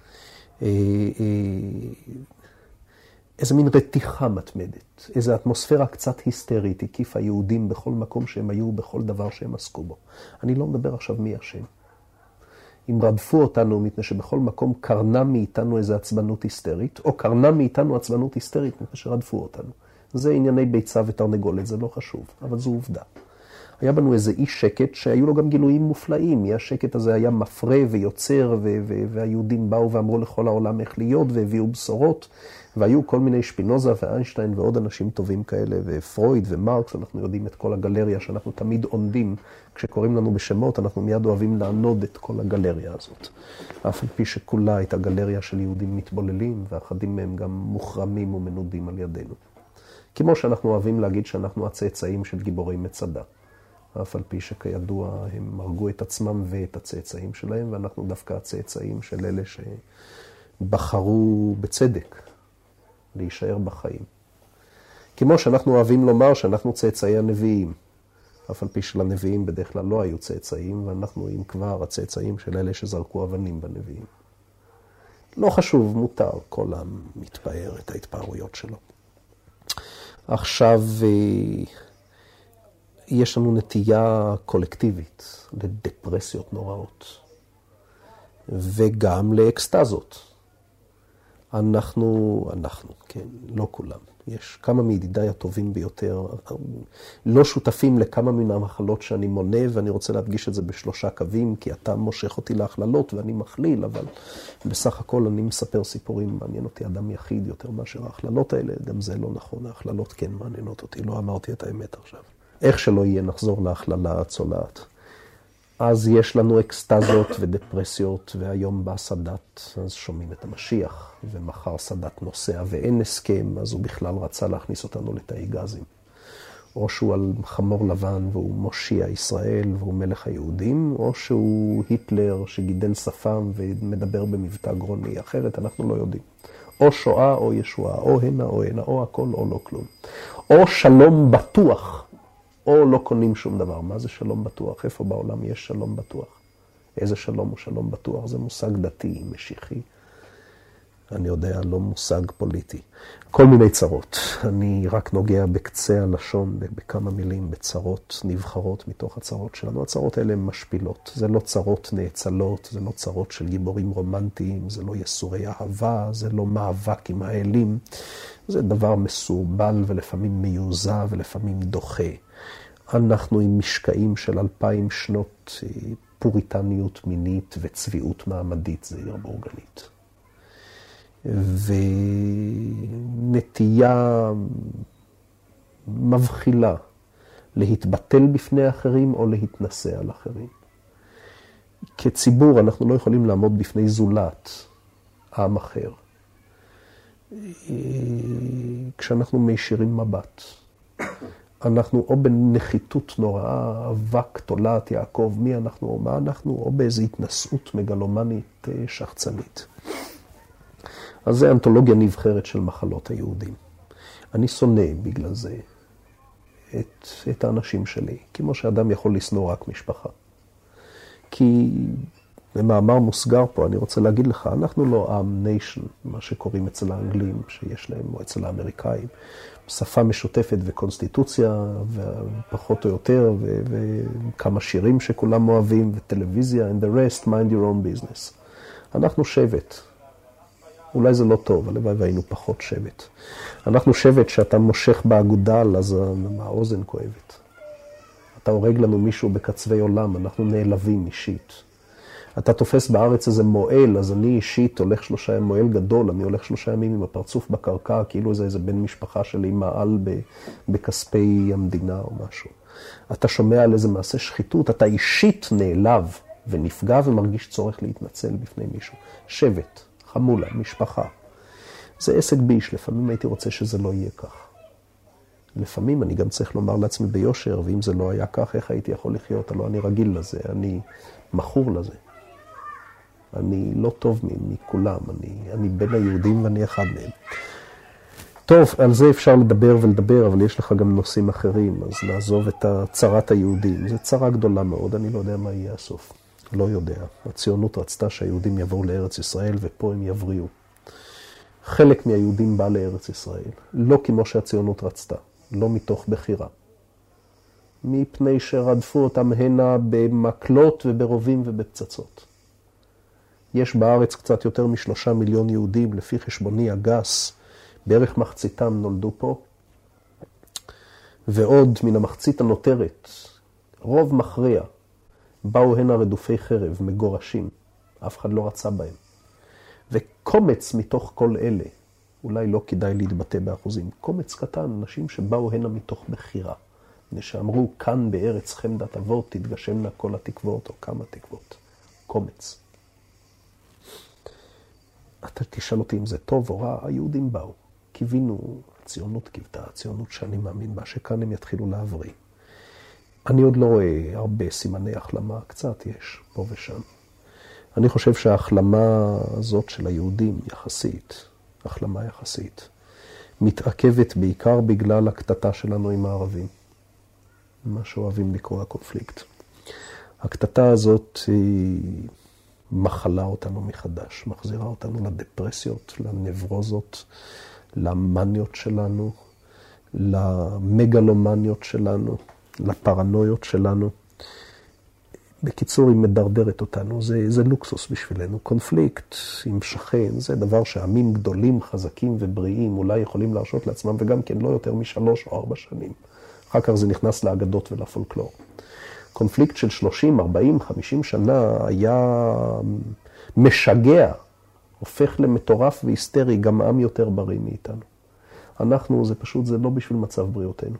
איזו מין רתיחה מתמדת, איזו אטמוספירה קצת היסטרית, הקיפה יהודים בכל מקום שהם היו, בכל דבר שהם עסקו בו. אני לא מדבר עכשיו מי אשם. אם רדפו אותנו, מפני שבכל מקום קרנה מאיתנו איזו עצבנות היסטרית, או קרנה מאיתנו עצבנות היסטרית, מפני שרדפו אותנו. זה ענייני ביצה ותרנגולת, זה לא חשוב, אבל זו עובדה. היה בנו איזה איש שקט שהיו לו גם גילויים מופלאים. השקט הזה היה מפרה ויוצר, והיהודים באו ואמרו לכל העולם איך להיות, והביאו בשורות, והיו כל מיני שפינוזה ואיינשטיין ועוד אנשים טובים כאלה, ופרויד ומרקס. אנחנו יודעים את כל הגלריה שאנחנו תמיד עונדים. כשקוראים לנו בשמות, אנחנו מיד אוהבים לענוד את כל הגלריה הזאת. אף על פי שכולה הייתה גלריה של יהודים מתבוללים, ואחדים מהם גם מוחרמים ומנודים על ידינו. כמו שאנחנו אוהבים להגיד שאנחנו הצאצאים של גיבורי מצדה. אף על פי שכידוע הם הרגו את עצמם ואת הצאצאים שלהם, ואנחנו דווקא הצאצאים של אלה שבחרו בצדק להישאר בחיים. כמו שאנחנו אוהבים לומר שאנחנו צאצאי הנביאים, אף על פי שלנביאים בדרך כלל לא היו צאצאים, ואנחנו אם כבר הצאצאים של אלה שזרקו אבנים בנביאים. לא חשוב, מותר, כל עם מתפאר את ההתפארויות שלו. עכשיו יש לנו נטייה קולקטיבית לדפרסיות נוראות וגם לאקסטזות. אנחנו, כן, לא כולם. יש כמה מידידיי הטובים ביותר, לא שותפים לכמה מן המחלות שאני מונה, ואני רוצה להדגיש את זה בשלושה קווים, כי אתה מושך אותי להכללות ואני מכליל, אבל בסך הכל אני מספר סיפורים, מעניין אותי אדם יחיד יותר מאשר ההכללות האלה, גם זה לא נכון, ההכללות כן מעניינות אותי, לא אמרתי את האמת עכשיו. איך שלא יהיה, נחזור להכללה הצולעת. אז יש לנו אקסטזות ודפרסיות, והיום בא סאדאת, אז שומעים את המשיח, ומחר סאדאת נוסע ואין הסכם, אז הוא בכלל רצה להכניס אותנו לתאי גזים. או שהוא על חמור לבן והוא מושיע ישראל והוא מלך היהודים, או שהוא היטלר שגידל שפם ומדבר במבטא גרוני אחרת, אנחנו לא יודעים. או שואה או ישועה, או הנה או הנה, או הכל או לא כלום. או שלום בטוח. או לא קונים שום דבר. מה זה שלום בטוח? איפה בעולם יש שלום בטוח? איזה שלום הוא שלום בטוח? זה מושג דתי, משיחי. אני יודע, לא מושג פוליטי. כל מיני צרות. אני רק נוגע בקצה הלשון, בכמה מילים, בצרות נבחרות מתוך הצרות שלנו. הצרות האלה הן משפילות. זה לא צרות נאצלות, זה לא צרות של גיבורים רומנטיים, זה לא יסורי אהבה, זה לא מאבק עם האלים. זה דבר מסורבל ולפעמים מיוזע ולפעמים דוחה. אנחנו עם משקעים של 2000 שנות פוריטניות מינית וצביעות מעמדית, זעיר בורגנית. ונטייה מבחילה להתבטל בפני אחרים או להתנסה על אחרים. כציבור אנחנו לא יכולים לעמוד בפני זולת עם אחר. כשאנחנו מישירים מבט. אנחנו או בנחיתות נוראה, אבק, תולעת, יעקב, מי אנחנו או מה אנחנו, או באיזו התנסות מגלומנית שחצנית. אז זה אנתולוגיה נבחרת של מחלות היהודים. אני שונא בגלל זה את האנשים שלי, כמו שאדם יכול לשנוא רק משפחה. כי במאמר מוסגר פה, אני רוצה להגיד לך, אנחנו לא עם ניישן, מה שקוראים אצל האנגלים שיש להם, או אצל האמריקאים. שפה משותפת וקונסטיטוציה, ופחות או יותר, וכמה שירים שכולם אוהבים, וטלוויזיה, and the rest, mind your own business. אנחנו שבט. אולי זה לא טוב, הלוואי והיינו פחות שבט. אנחנו שבט שאתה מושך באגודל, אז האוזן כואבת. אתה הורג לנו מישהו בקצווי עולם, אנחנו נעלבים אישית. אתה תופס בארץ איזה מועל, אז אני אישית הולך 3 ימים, מועל גדול, אני הולך 3 ימים עם הפרצוף בקרקע, כאילו זה איזה בן משפחה שלי מעל בכספי המדינה או משהו. אתה שומע על איזה מעשה שחיתות, אתה אישית נעלב ונפגע ומרגיש צורך להתנצל בפני מישהו. שבט, חמולה, משפחה. זה עסק ביש, לפעמים הייתי רוצה שזה לא יהיה כך. לפעמים אני גם צריך לומר לעצמי ביושר, ואם זה לא היה כך, איך הייתי יכול לחיות? הלוא אני רגיל לזה, אני מכור לזה. אני לא טוב מכולם, אני בין היהודים ואני אחד מהם. טוב, על זה אפשר לדבר ולדבר, אבל יש לך גם נושאים אחרים, אז נעזוב את צרת היהודים. זו צרה גדולה מאוד, אני לא יודע מה יהיה הסוף. לא יודע. הציונות רצתה שהיהודים יבואו לארץ ישראל, ופה הם יבריאו. חלק מהיהודים בא לארץ ישראל, לא כמו שהציונות רצתה, לא מתוך בחירה. מפני שרדפו אותם הנה במקלות וברובים ובפצצות. יש בארץ קצת יותר מ3 מיליון יהודים, לפי חשבוני הגס, בערך מחציתם נולדו פה, ועוד מן המחצית הנותרת, רוב מכריע, באו הנה רדופי חרב, מגורשים, אף אחד לא רצה בהם. וקומץ מתוך כל אלה, אולי לא כדאי להתבטא באחוזים, קומץ קטן, אנשים שבאו הנה מתוך בחירה, שאמרו כאן בארץ חמדת אבות תתגשמנה כל התקוות או כמה תקוות, קומץ. אתה תשאל אותי אם זה טוב או רע, היהודים באו. קיווינו, הציונות קיוותה, הציונות שאני מאמין בה, שכאן הם יתחילו להבריא. אני עוד לא רואה הרבה סימני החלמה, קצת יש, פה ושם. אני חושב שההחלמה הזאת של היהודים יחסית, החלמה יחסית, מתעכבת בעיקר בגלל הקטטה שלנו עם הערבים. מה שאוהבים לקרוא הקונפליקט. הקטטה הזאת היא מחלה אותנו מחדש, מחזירה אותנו לדפרסיות, לנברוזות, למניות שלנו, למגלומניות שלנו, לפרנויות שלנו. בקיצור, היא מדרדרת אותנו, זה לוקסוס בשבילנו. קונפליקט עם שכן, זה דבר שעמים גדולים, חזקים ובריאים אולי יכולים להרשות לעצמם, וגם כן לא יותר מ3 או 4 שנים. אחר כך זה נכנס לאגדות ולפולקלור. קונפליקט של 30, 40, 50 שנה היה משגע, הופך למטורף והיסטרי, גם עם יותר בריא מאיתנו. אנחנו, זה פשוט, זה לא בשביל מצב בריאותנו.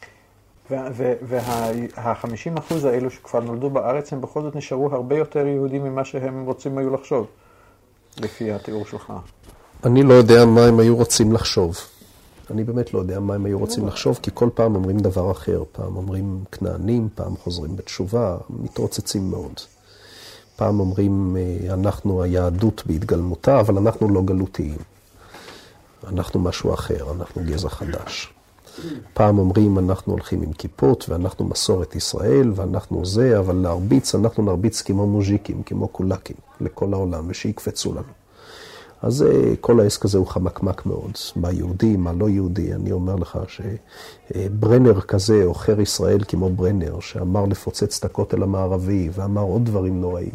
וה-50% האלו שכבר נולדו בארץ, הם בכל זאת נשארו הרבה יותר יהודים ממה שהם רוצים היו לחשוב, לפי התיאור שלך. אני לא יודע מה הם היו רוצים לחשוב. אני באמת לא יודע מה הם היו רוצים לחשוב, כי כל פעם אומרים דבר אחר. פעם אומרים כנענים, פעם חוזרים בתשובה, מתרוצצים מאוד. פעם אומרים, אנחנו היהדות בהתגלמותה, אבל אנחנו לא גלותיים. אנחנו משהו אחר, אנחנו גזע חדש. פעם אומרים, אנחנו הולכים עם כיפות, ואנחנו מסורת ישראל, ואנחנו זה, אבל להרביץ, אנחנו נרביץ כמו מוז'יקים, כמו קולקים, לכל העולם, ושיקפצו לנו. אז כל העסק הזה הוא חמקמק מאוד. מה יהודי, מה לא יהודי. אני אומר לך שברנר כזה, עוכר ישראל כמו ברנר, שאמר לפוצץ את הכותל המערבי, ואמר עוד דברים נוראים.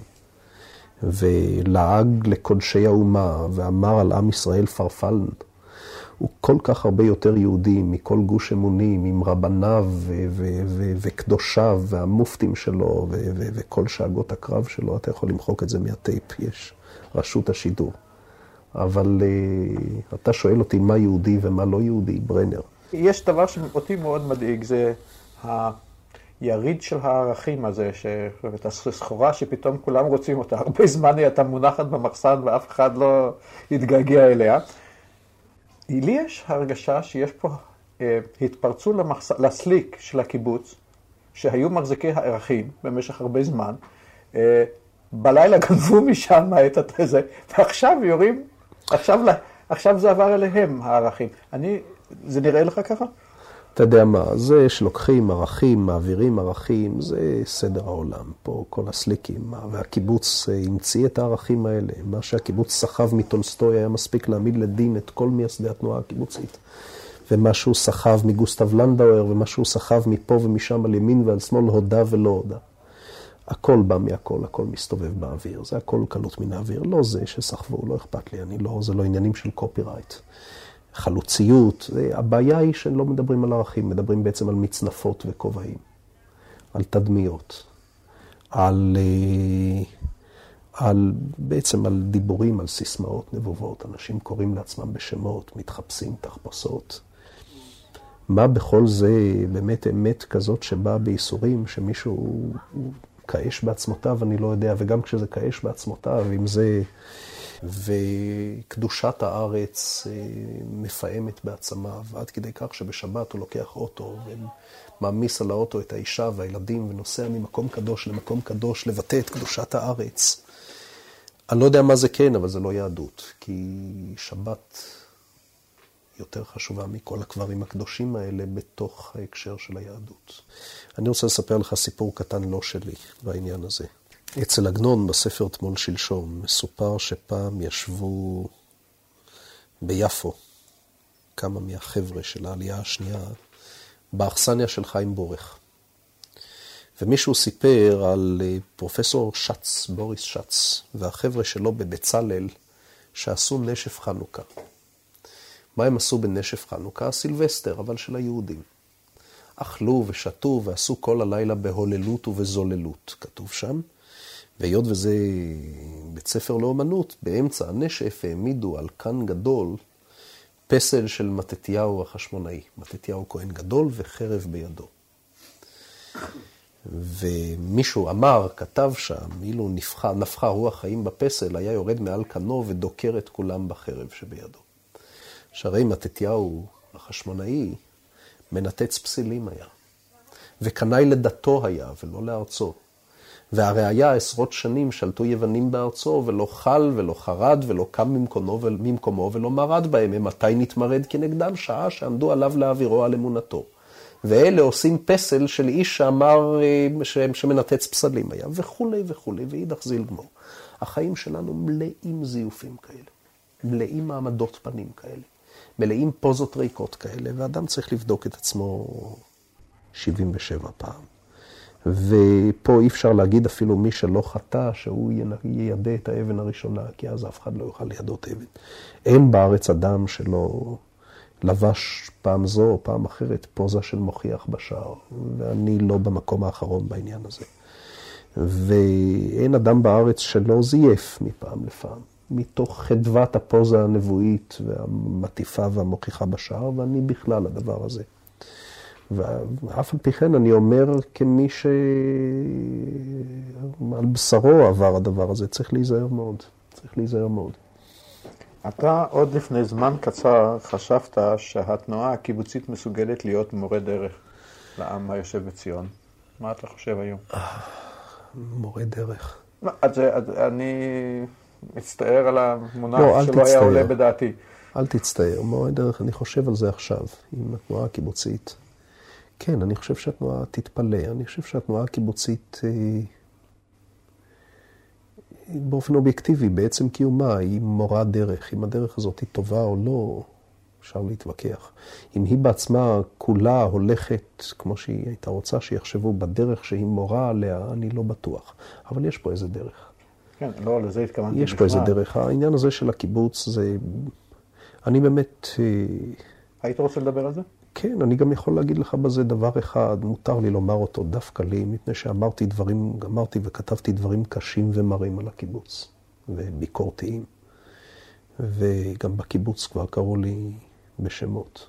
ולעג לקודשי האומה, ואמר על עם ישראל פרפלן. הוא כל כך הרבה יותר יהודי מכל גוש אמונים, עם רבניו וקדושיו והמופתים שלו וכל שאגות הקרב שלו. אתה יכול למחוק את זה מהטייפ, יש רשות השידור. אבל אתה שואל אותי מה יהודי ומה לא יהודי, ברנר. יש דבר שאותי מאוד מדאיג, זה היריד של הערכים הזה, את הסחורה שפתאום כולם רוצים אותה. הרבה זמן היא הייתה מונחת במחסן ואף אחד לא יתגעגע אליה. לי יש הרגשה שיש פה, התפרצו לסליק של הקיבוץ, שהיו מחזיקי הערכים במשך הרבה זמן, בלילה גנבו משם את הזה, ועכשיו יורים, עכשיו זה עבר אליהם הערכים. זה נראה לך ככה? אתה יודע מה, זה שלוקחים ערכים, מעבירים ערכים, זה סדר העולם. פה כל הסליקים, והקיבוץ המציא את הערכים האלה. מה שהקיבוץ סחב מטולסטוי היה מספיק להעמיד לדין את כל מייסדי התנועה הקיבוצית. ומה שהוא סחב מגוסטב לנדאואר, ומה שהוא סחב מפה ומשם על ימין ועל שמאל, הודה ולא הודה. הכל בא מהכל, הכל מסתובב באוויר. זה הכל קלות מן האוויר. לא זה שסחבו, לא אכפת לי. זה לא עניינים של קופירייט. חלוציות, הבעיה היא שלא מדברים על ערכים, מדברים בעצם על מצנפות וכובעים. על תדמיות, בעצם על דיבורים, על סיסמאות נבובות. אנשים קוראים לעצמם בשמות, מתחפשים תחפושות. מה בכל זה באמת אמת כזאת שבאה בייסורים, שמישהו כאש בעצמותיו, אני לא יודע, וגם כשזה כאש בעצמותיו, אם זה וקדושת הארץ מפעמת בעצמיו, עד כדי כך שבשבת הוא לוקח אוטו ומעמיס על האוטו את האישה והילדים ונוסע ממקום קדוש למקום קדוש לבטא את קדושת הארץ. אני לא יודע מה זה כן, אבל זה לא יהדות, כי שבת יותר חשובה מכל הקברים הקדושים האלה בתוך ההקשר של היהדות. אני רוצה לספר לך סיפור קטן לא שלי בעניין הזה. אצל עגנון בספר תמול שלשום מסופר שפעם ישבו ביפו כמה מהחבר'ה של העלייה השנייה באכסניה של חיים בורך. ומישהו סיפר על פרופסור שץ, בוריס שץ, והחבר'ה שלו בבצלאל שעשו נשף חנוכה. מה הם עשו בנשף חנוכה? סילבסטר, אבל של היהודים. אכלו ושתו ועשו כל הלילה בהוללות ובזוללות, כתוב שם. והיות וזה בית ספר לאומנות, באמצע הנשף העמידו על קן גדול פסל של מתתיהו החשמונאי. מתתיהו כהן גדול וחרב בידו. ומישהו אמר, כתב שם, אילו נפחה רוח חיים בפסל, היה יורד מעל קנו ודוקר את כולם בחרב שבידו. שהרי מתתיהו החשמונאי מנתץ פסילים היה. וקנאי לדתו היה ולא לארצו. והראיה עשרות שנים שלטו יוונים בארצו, ולא חל ולא חרד ולא קם ממקומו ולא מרד בהם. מתי נתמרד כנגדם? שעה שעמדו עליו להעבירו על אמונתו. ואלה עושים פסל של איש שאמר שמנתץ פסלים היה, וכו' וכו', ואידך זיל גמור. החיים שלנו מלאים זיופים כאלה, מלאים מעמדות פנים כאלה, מלאים פוזות ריקות כאלה, ואדם צריך לבדוק את עצמו 77 פעם. ופה אי אפשר להגיד אפילו מי שלא חטא שהוא יידע את האבן הראשונה, כי אז אף אחד לא יוכל לידות אבן. אין בארץ אדם שלא לבש פעם זו או פעם אחרת פוזה של מוכיח בשער, ואני לא במקום האחרון בעניין הזה. ואין אדם בארץ שלא זייף מפעם לפעם, מתוך חדוות הפוזה הנבואית והמטיפה והמוכיחה בשער, ואני בכלל הדבר הזה. ואף על פי כן אני אומר כמי שעל בשרו עבר הדבר הזה, צריך להיזהר מאוד, צריך להיזהר מאוד. אתה עוד לפני זמן קצר חשבת שהתנועה הקיבוצית מסוגלת להיות מורה דרך לעם היושב בציון. מה אתה חושב היום? מורה דרך. אני מצטער על המונח שלא היה עולה בדעתי. אל תצטער, מורה דרך, אני חושב על זה עכשיו, עם התנועה הקיבוצית. כן, אני חושב שהתנועה תתפלא, אני חושב שהתנועה הקיבוצית באופן אובייקטיבי, בעצם קיומה, היא מורה דרך. אם הדרך הזאת היא טובה או לא, אפשר להתווכח. אם היא בעצמה כולה הולכת, כמו שהיא הייתה רוצה, שיחשבו בדרך שהיא מורה עליה, אני לא בטוח. אבל יש פה איזה דרך. כן, לא, לזה התכוונתי. יש פה איזה דרך. העניין הזה של הקיבוץ זה... אני באמת... היית רוצה לדבר על זה? כן, אני גם יכול להגיד לך בזה דבר אחד, מותר לי לומר אותו דווקא לי, מפני שאמרתי וכתבתי דברים קשים ומרים על הקיבוץ, וביקורתיים. וגם בקיבוץ כבר קראו לי בשמות.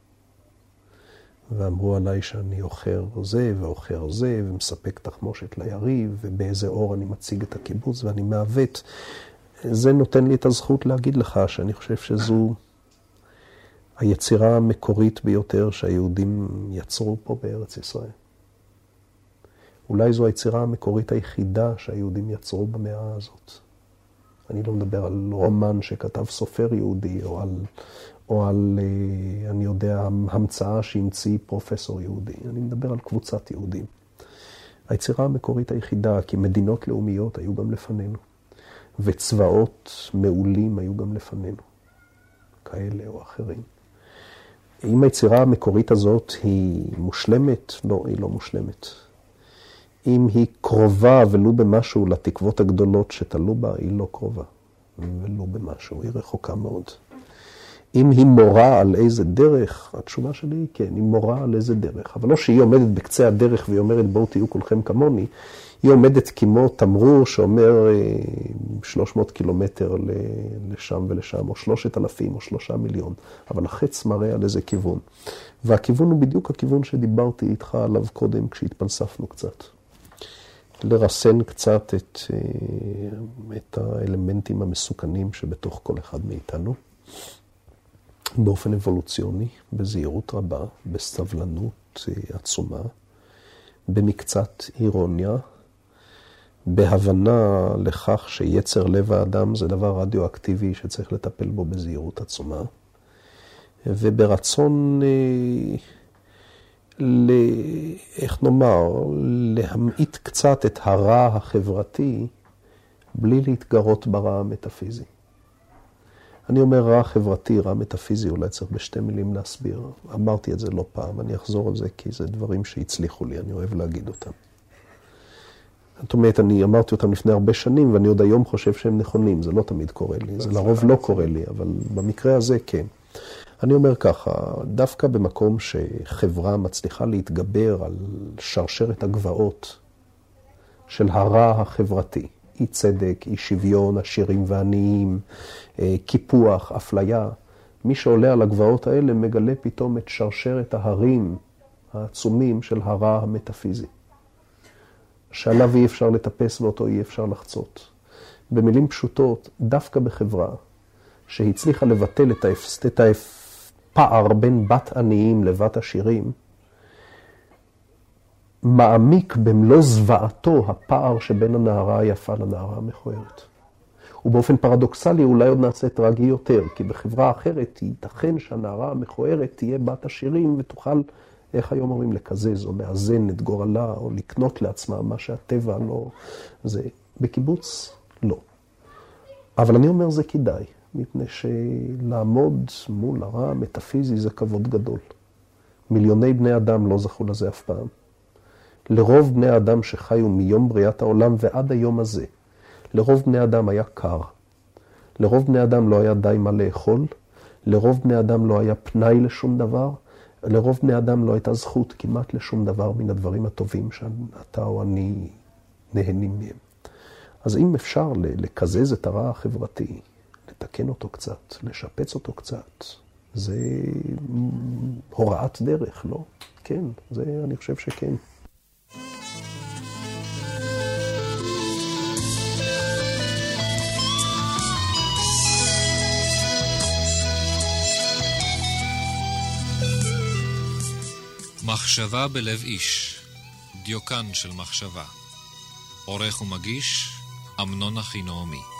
ואמרו עליי שאני אוכר זה ואוכר זה, ומספק תחמושת ליריב, ובאיזה אור אני מציג את הקיבוץ, ואני מעוות. זה נותן לי את הזכות להגיד לך שאני חושב שזו... היצירה המקורית ביותר שהיהודים יצרו פה בארץ ישראל. אולי זו היצירה המקורית היחידה שהיהודים יצרו במאה הזאת. אני לא מדבר על רומן שכתב סופר יהודי, או על אני יודע, המצאה שהמציא פרופסור יהודי. אני מדבר על קבוצת יהודים. היצירה המקורית היחידה, כי מדינות לאומיות היו גם לפנינו, וצבאות מעולים היו גם לפנינו, כאלה או אחרים. אם היצירה המקורית הזאת היא מושלמת, לא, היא לא מושלמת. אם היא קרובה ולו במשהו לתקוות הגדולות שתלו בה, היא לא קרובה. ולו במשהו, היא רחוקה מאוד. אם היא מורה על איזה דרך, התשובה שלי היא כן, היא מורה על איזה דרך. אבל לא שהיא עומדת בקצה הדרך והיא אומרת בואו תהיו כולכם כמוני, היא עומדת כמו תמרור שאומר 300 קילומטר לשם ולשם, או 3,000 או 3 מיליון. אבל החץ מראה על איזה כיוון. והכיוון הוא בדיוק הכיוון שדיברתי איתך עליו קודם כשהתפנספנו קצת. לרסן קצת את האלמנטים המסוכנים שבתוך כל אחד מאיתנו. באופן אבולוציוני, בזהירות רבה, בסבלנות עצומה, במקצת אירוניה, בהבנה לכך שיצר לב האדם זה דבר רדיואקטיבי שצריך לטפל בו בזהירות עצומה, וברצון, איך נאמר, להמעיט קצת את הרע החברתי, בלי להתגרות ברע המטאפיזי. אני אומר רע חברתי, רע מטאפיזי, אולי צריך בשתי מילים להסביר. אמרתי את זה לא פעם, אני אחזור על זה כי זה דברים שהצליחו לי, אני אוהב להגיד אותם. זאת אומרת, אני אמרתי אותם לפני הרבה שנים, ואני עוד היום חושב שהם נכונים, זה לא תמיד קורה לי, זה לרוב לא קורה לי, אבל במקרה הזה כן. אני אומר ככה, דווקא במקום שחברה מצליחה להתגבר על שרשרת הגבעות של הרע החברתי, אי צדק, אי שוויון, עשירים ועניים, קיפוח, אפליה. מי שעולה על הגבעות האלה מגלה פתאום את שרשרת ההרים העצומים של הרע המטאפיזי. שעליו אי אפשר לטפס ואותו אי אפשר לחצות. במילים פשוטות, דווקא בחברה שהצליחה לבטל את הפער בין בת עניים לבת עשירים, מעמיק במלוא זוועתו הפער שבין הנערה היפה לנערה המכוערת. ובאופן פרדוקסלי אולי עוד נעשה טרגי יותר, כי בחברה אחרת ייתכן שהנערה המכוערת תהיה בת עשירים ותוכל, איך היום אומרים, לקזז או לאזן את גורלה או לקנות לעצמה מה שהטבע לא... זה בקיבוץ לא. אבל אני אומר זה כדאי, מפני שלעמוד מול הרע המטאפיזי זה כבוד גדול. מיליוני בני אדם לא זכו לזה אף פעם. לרוב בני האדם שחיו מיום בריאת העולם ועד היום הזה, לרוב בני אדם היה קר. לרוב בני אדם לא היה די מה לאכול, לרוב בני אדם לא היה פנאי לשום דבר, לרוב בני אדם לא הייתה זכות כמעט לשום דבר מן הדברים הטובים שאתה או אני נהנים מהם. אז אם אפשר לקזז את הרע החברתי, לתקן אותו קצת, לשפץ אותו קצת, זה הוראת דרך, לא? כן, זה אני חושב שכן. מחשבה בלב איש, דיוקן של מחשבה. עורך ומגיש, אמנון אחינועמי.